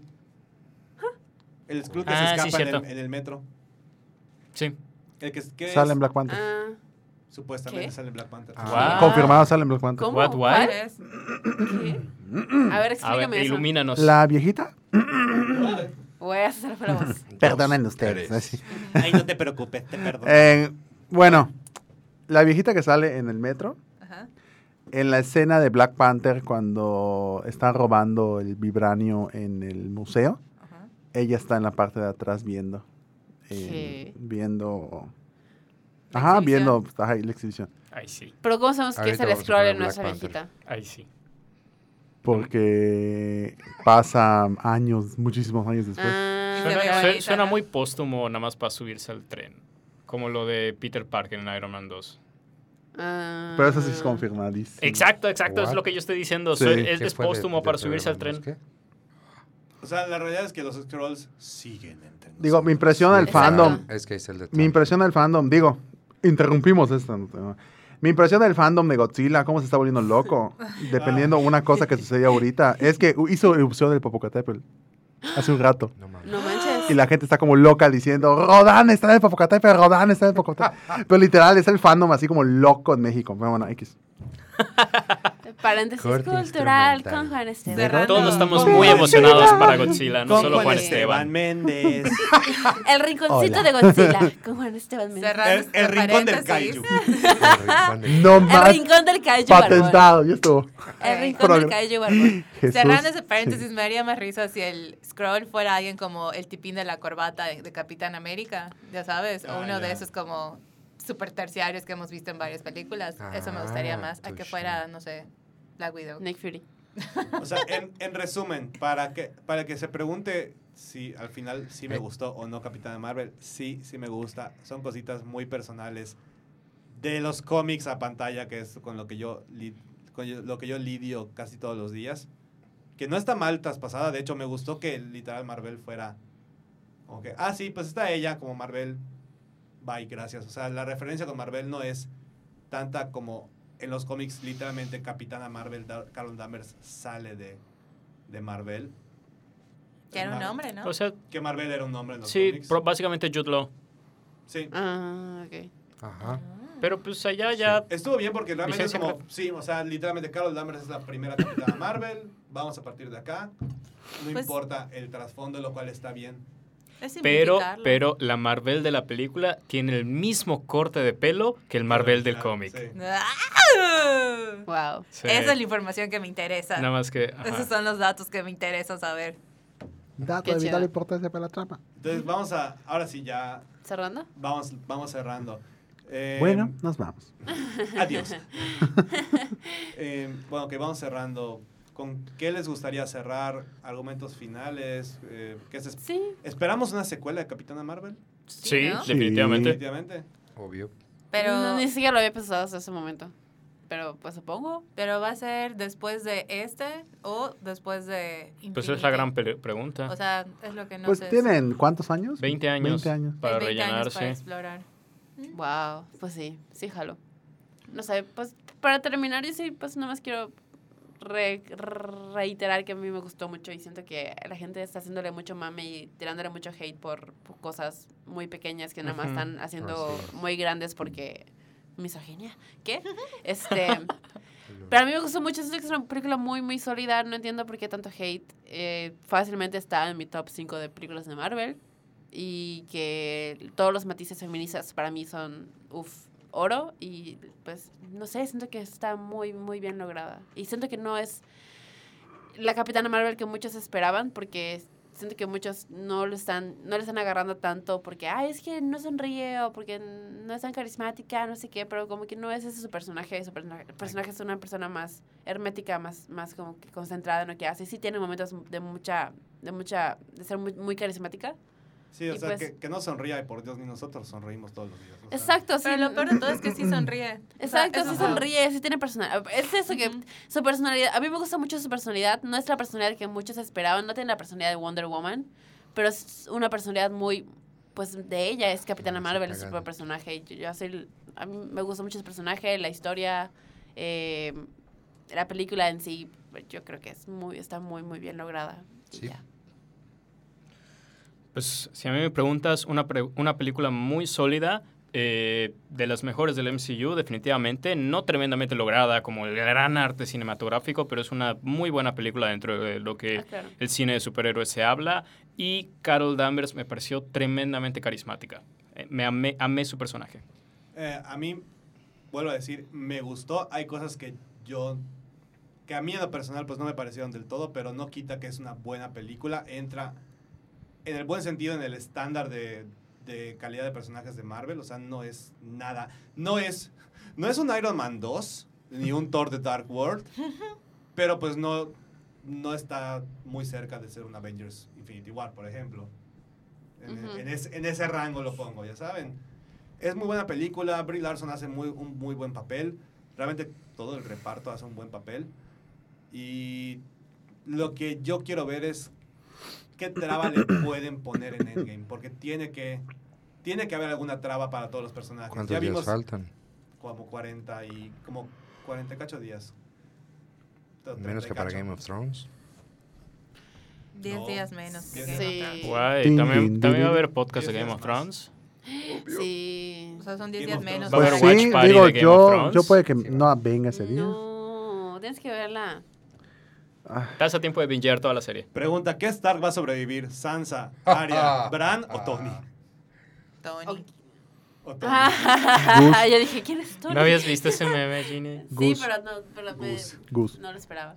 El Skrull que Ah, se sí, escapa en, cierto. el, en el metro. Sí. El que, que es- Sale en Black Panther. Ah, Supuestamente ¿Qué? sale en Black Panther. Ah. Wow. Confirmado sale en Black Panther. ¿cómo? What, why? ¿Cuál? es? ¿Qué? A ver, A explícame ver, eso. ilumínanos. La viejita. Voy a hacer la voz. Perdonen ustedes. Eres. así. Ay, no te preocupes, te perdono. Eh, bueno, la viejita que sale en el metro, Ajá. en la escena de Black Panther cuando está robando el vibranio en el museo, Ajá. ella está en la parte de atrás viendo. ¿Qué? eh, viendo. La Ajá, exhibición. viendo ajá, ahí la exhibición. Ahí sí, Pero ¿cómo sabemos que es Ahorita el vamos a Skrull poner en Black nuestra Panther. viejita? ahí sí. Porque pasa años, muchísimos años después. Ah, Se ve Suena, bonita. su- suena muy póstumo nada más para subirse al tren. Como lo de Peter Parker en Iron Man dos. ah. Pero eso sí es confirmadísimo. Exacto, exacto, es What? lo que yo estoy diciendo. Sí. Su- es ¿Qué es fue de- póstumo de para Iron subirse al Man tren. dos? ¿Qué? O sea, la realidad es que los Skrulls siguen entre nosotros. Digo, me impresiona el Exacto. fandom. Es que ahí está el detalle. Me impresiona el fandom. Digo, interrumpimos esto. ¿no? Me impresiona el fandom de Godzilla, cómo se está volviendo loco. Dependiendo una cosa que sucedió ahorita. Es que hizo erupción del Popocatépetl hace un rato. No mames. No manches. Y la gente está como loca diciendo, Rodán está en el Popocatépetl, Rodán está en el Popocatépetl. Pero literal, es el fandom así como loco en México. Pero bueno, X. Paréntesis Corte cultural instrumental. con Juan Esteban. Cerrando. Todos estamos Con muy Juan emocionados Esteban. para Godzilla, no Con solo Juan Juan Esteban. Méndez. El rinconcito Hola. de Godzilla con Juan Esteban Méndez. Cerrando El, este el rincón del paréntesis. kaiju. El rincón de- No El más rincón del kaiju barbón. patentado. Y esto. El rincón del kaiju barbón. Jesús. Cerrando ese paréntesis, me haría más risa si el Skrull fuera alguien como el tipín de la corbata de, de Capitán América, ya sabes, o Ah, uno de ya. esos como super terciarios que hemos visto en varias películas. Eso me gustaría Ah, más, a que touché. fuera, no sé, Black Widow. Nick Fury. O sea, en, en resumen, para que, para que se pregunte si al final sí me Eh. gustó o no Capitana Marvel, sí, sí me gusta. Son cositas muy personales de los cómics a pantalla, que es con lo que yo li- con lo que yo lidio casi todos los días. Que no está mal traspasada. De hecho, me gustó que literal Marvel fuera... Como que, ah, sí, pues está ella como Marvel. Bye, gracias. O sea, la referencia con Marvel no es tanta como en los cómics, literalmente Capitana Marvel, Carol Danvers sale de, de Marvel. Que era un hombre, ¿no? O sea, que Marvel era un hombre en los sí, cómics. pro- básicamente Jude Law. Sí. Ah, ok. Ajá. Pero pues allá ya... Estuvo bien porque realmente es Vigencia como, sí, o sea, literalmente Carol Danvers es la primera Capitana Marvel. Vamos a partir de acá. No Pues- importa el trasfondo, lo cual está bien. Es Pero, simplificarlo. pero la Marvel de la película tiene el mismo corte de pelo que el Marvel del Ah, cómic. sí. ¡Ah! Wow. Sí. Esa es la información que me interesa. Nada más que... ajá. Esos son los datos que me interesa saber. Dato Qué de vital chido. importancia para la trama. Entonces vamos a, ahora sí ya, ¿Cerrando? vamos, vamos cerrando. Eh, Bueno, nos vamos. Adiós. eh, bueno, que vamos cerrando. ¿Con qué les gustaría cerrar? ¿Argumentos finales? Eh, ¿qué se es- Sí. ¿Esperamos una secuela de Capitana Marvel? Sí, ¿no? definitivamente. Definitivamente. Obvio. Pero, No, ni siquiera lo había pensado hasta ese momento. Pero pues supongo. pero va a ser después de este o después de Infinity. Pues es la gran pe- pregunta. O sea, es lo que no Pues sé. tienen, ¿cuántos años? veinte años, veinte años. para Hay veinte años rellenarse. para explorar. Wow. Pues sí, sí, jalo. No sé, pues para terminar, yo sí, pues nomás quiero re- reiterar que a mí me gustó mucho y siento que la gente está haciéndole mucho mame y tirándole mucho hate por, por cosas muy pequeñas que nada más Ujú. están haciendo Así es. muy grandes porque misoginia. ¿Qué? Este, pero a mí me gustó mucho, siento que es una película muy muy sólida, no entiendo por qué tanto hate. Eh, fácilmente está en mi top cinco de películas de Marvel y que todos los matices feministas para mí son uff, oro y pues no sé, siento que está muy muy bien lograda y siento que no es la Capitana Marvel que muchos esperaban porque siento que muchos no lo están no le están agarrando tanto porque ay, es que no sonríe o porque no es tan carismática, no sé qué, pero como que no es ese su personaje, su personaje, el personaje es una persona más hermética, más más como que concentrada en lo que hace. Sí tiene momentos de mucha de mucha de ser muy, muy carismática. Sí, o Y sea, pues- que, que no sonría, y por Dios, ni nosotros sonreímos todos los días. o sea. Exacto, sí. Pero lo peor de todo es que sí sonríe. Exacto, O sea, sí eso- sonríe, sí tiene personalidad. Es eso que Ujú. su personalidad, a mí me gusta mucho su personalidad, no es la personalidad que muchos esperaban, no tiene la personalidad de Wonder Woman, pero es una personalidad muy, pues de ella, es Capitana Sí, Marvel, es su cagada. propio personaje. Y yo, yo soy- a mí me gusta mucho su personaje, la historia, eh, la película en sí, yo creo que es muy, está muy, muy bien lograda. Y Sí. ya. Pues si a mí me preguntas, una, pre- una película muy sólida, eh, de las mejores del M C U, definitivamente, no tremendamente lograda como el gran arte cinematográfico, pero es una muy buena película dentro de lo que Ah, claro. el cine de superhéroes se habla. Y Carol Danvers me pareció tremendamente carismática. Eh, me amé, amé su personaje. Eh, a mí, vuelvo a decir, me gustó. Hay cosas que yo, que a mí en lo personal, pues no me parecieron del todo, pero no quita que es una buena película. Entra en el buen sentido en el estándar de, de calidad de personajes de Marvel. O sea, no es nada. No es, no es un Iron Man dos, ni un Thor The Dark World, pero pues no, no está muy cerca de ser un Avengers Infinity War, por ejemplo. En, Ujú. en ese, en ese rango lo pongo, ya saben. Es muy buena película. Brie Larson hace muy, un muy buen papel. Realmente todo el reparto hace un buen papel. Y lo que yo quiero ver es qué traba le pueden poner en Endgame. Porque tiene que, tiene que haber alguna traba para todos los personajes. ¿Cuántos Ya días vimos faltan? como cuarenta y como cuarenta y cacho días. Menos que para treinta y Game cacho. of Thrones. Diez No, días menos. diez que días. Game of Sí. Thrones. Guay, Tin, también, tin, también va a tin, haber podcast de diez Game of días más. Thrones. Sí. O sea, son diez Game días of menos. Va a haber Pues watch sí, party digo, de Game of yo, Thrones. yo puede que Sí, no venga ese día. No, tienes que verla. Ah, Estás a tiempo de bingear toda la serie. Pregunta, ¿qué Stark va a sobrevivir? ¿Sansa, Arya, Bran o Tony? Tony. O Tony. Ah, yo dije, ¿quién es Tony? ¿No habías visto ese meme, Ginny? Sí, Gus. pero no, pero me- Gus. Gus, no lo esperaba.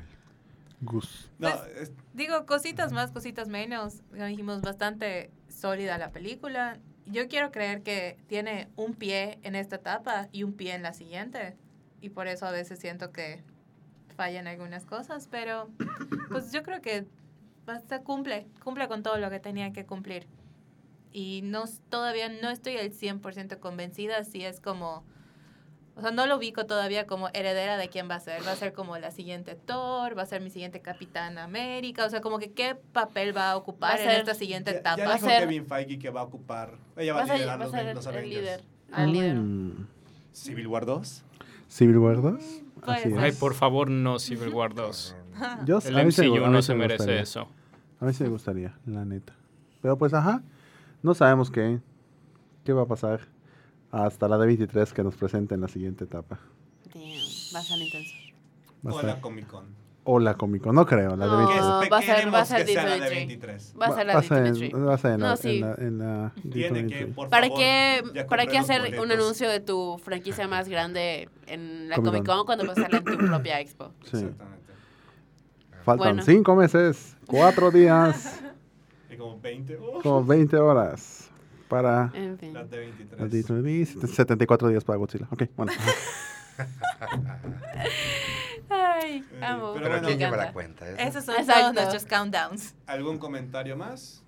Gus. No, Pues, es- Digo, cositas más, cositas menos. Como dijimos, bastante sólida la película. Yo quiero creer que tiene un pie en esta etapa y un pie en la siguiente. Y por eso a veces siento que fallan algunas cosas, pero pues yo creo que basta, cumple, cumple con todo lo que tenía que cumplir. Y no todavía no estoy al cien por ciento convencida si es como O sea, no lo ubico todavía como heredera de quién va a ser. Va a ser como la siguiente Thor, va a ser mi siguiente Capitán América. O sea, como que qué papel va a ocupar Va a en ser- esta siguiente Ya, etapa. ya Va a dijo ser- Kevin Feige que va a ocupar. Ella va, Va a a ser, liderar va a los, ser los el Avengers. líder. El líder. Mm. Civil War dos. ¿Civil War dos? Puede Así ser. Ay, es. por favor, no Civil War dos. Yo, El a mí sí me- M C U a mí no sí se me merece gustaría. eso. A mí sí me gustaría, la neta. Pero pues, ajá, no sabemos qué, qué va a pasar hasta la D veintitrés que nos presente en la siguiente etapa. Damn, va a ser intenso. Va a O ser- la Comic Con. O la Comic Con, no creo, la No. D Que veintitrés. va a ser- va a queremos ser que sea la D de veintitrés. veintitrés. Va a ser la Va a ser en- D veintitrés. va a ser en la, No, sí. en la, en la D Tiene que, veintitrés. por ¿Para favor, qué, ya ¿Para compré qué los hacer un boletos. anuncio de tu franquicia más grande en la Comic Comic Con. Con cuando vas a hacer en tu propia expo? Sí. Exactamente. Faltan Bueno. cinco meses, cuatro días, Y como veinte. ¡oh! como veinte horas para En fin. La de la veintitrés. D veintitrés y setenta y cuatro días para Godzilla. Ok, bueno. Ay, Eh, amo. pero Pero bueno, ¿quién me lleva la encanta. cuenta? ¿Eso? Esos son Exacto. todos nuestros countdowns. ¿Algún comentario más?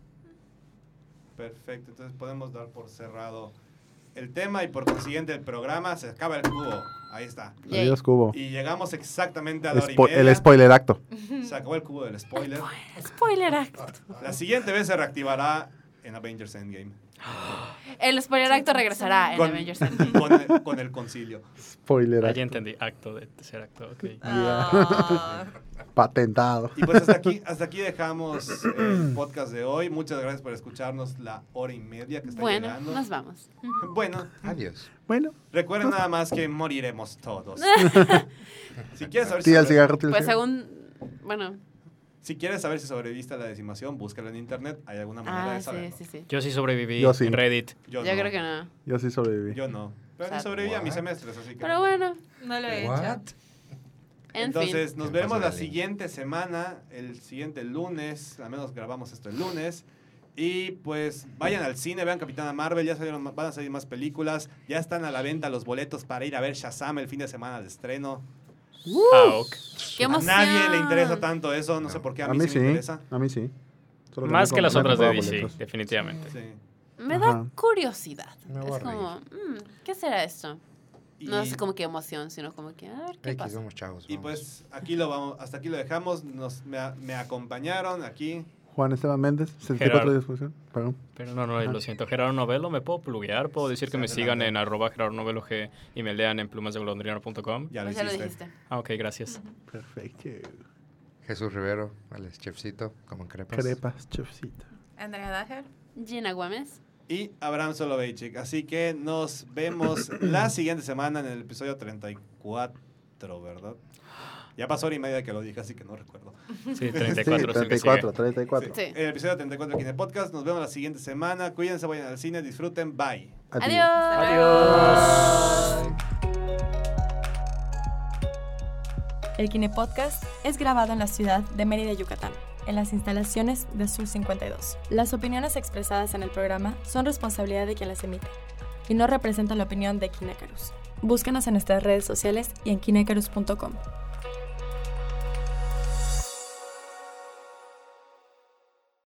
Perfecto, entonces podemos dar por cerrado el tema y por consiguiente el programa. Se acaba el cubo. Ahí está. Yay. Adiós, Cubo. Y llegamos exactamente a la hora y Spo- media. el spoiler acto. Se acabó el cubo del spoiler. Spoiler act. La siguiente vez se reactivará en Avengers Endgame. El spoiler acto regresará en Con, Avengers Endgame. con, el, con el concilio. Spoiler Ah, acto. ya entendí. Acto de tercer acto, ok. Ah. Patentado. Y pues hasta aquí, hasta aquí dejamos el podcast de hoy. Muchas gracias por escucharnos la hora y media que está Bueno, llegando. nos vamos. Bueno, Adiós. Bueno, recuerden nada más que moriremos todos. Si quieres saber si tira el sobre- cigarro, tira el Pues cigarro. según, bueno, Si quieres saber si sobreviviste a la decimación, búscalo en internet. Hay alguna manera ah, de sí, saberlo. sí, sí. Yo sí sobreviví Yo sí. en Reddit. Yo, Yo no. creo que no. Yo sí sobreviví. Yo no. Pero ni Sad. sobreviví a mis What? semestres, así que... Pero bueno, No lo he What? hecho. en Entonces, fin. nos ¿Qué veremos pasa, la Lali? siguiente semana, el siguiente lunes. Al menos grabamos esto el lunes. Y pues vayan al cine, vean Capitana Marvel, ya salieron, van a salir más películas. Ya están a la venta los boletos para ir a ver Shazam el fin de semana de estreno. Ah, ok. ¡Qué A emoción! nadie le interesa tanto eso, no sé No. por qué a A mí, mí sí sí, me interesa. a mí sí. Solo Más me que las comp- me otras de compraba D C, boletos. definitivamente. Sí. Me da Ajá. curiosidad. Me Es voy a como, mm, ¿qué será esto? No Y- es como que emoción, sino como que, a ver, ¿qué X, pasa? somos chavos. Y vamos. pues aquí lo vamos, hasta aquí lo dejamos. Nos, me, a- me acompañaron aquí. Juan Esteban Méndez, sesenta y cuatro Gerardo. días de exposición. Perdón. Pero no, no, Ajá. lo siento. Gerardo Novelo, ¿me puedo pluguear? ¿Puedo decir que me Sí, sigan adelante. en arroba Gerardo Novelo G y me lean en plumasdegolondriano punto com? Ya lo Pues ya lo hiciste. dijiste. Ah, ok, gracias. Perfecto. Jesús Rivero, vale, chefcito, como en crepas. Crepas, chefcito. Andrea Dager. Gina Gómez. Y Abraham Soloveitchik. Así que nos vemos la siguiente semana en el episodio treinta y cuatro, ¿verdad? Ya pasó hora y media que lo dije, así que no recuerdo. Sí, treinta y Sí, cuatro es el treinta que y cuatro, sigue. treinta y cuatro. Sí, Sí. El episodio treinta y cuatro aquí en el podcast. Nos vemos la siguiente semana. Cuídense, vayan al cine, disfruten. Bye. Adiós. Adiós. El Kine Podcast es grabado en la ciudad de Mérida, Yucatán, en las instalaciones de Sur cincuenta y dos. Las opiniones expresadas en el programa son responsabilidad de quien las emite y no representan la opinión de Kinecarus. Búscanos en nuestras redes sociales y en kinecarus punto com.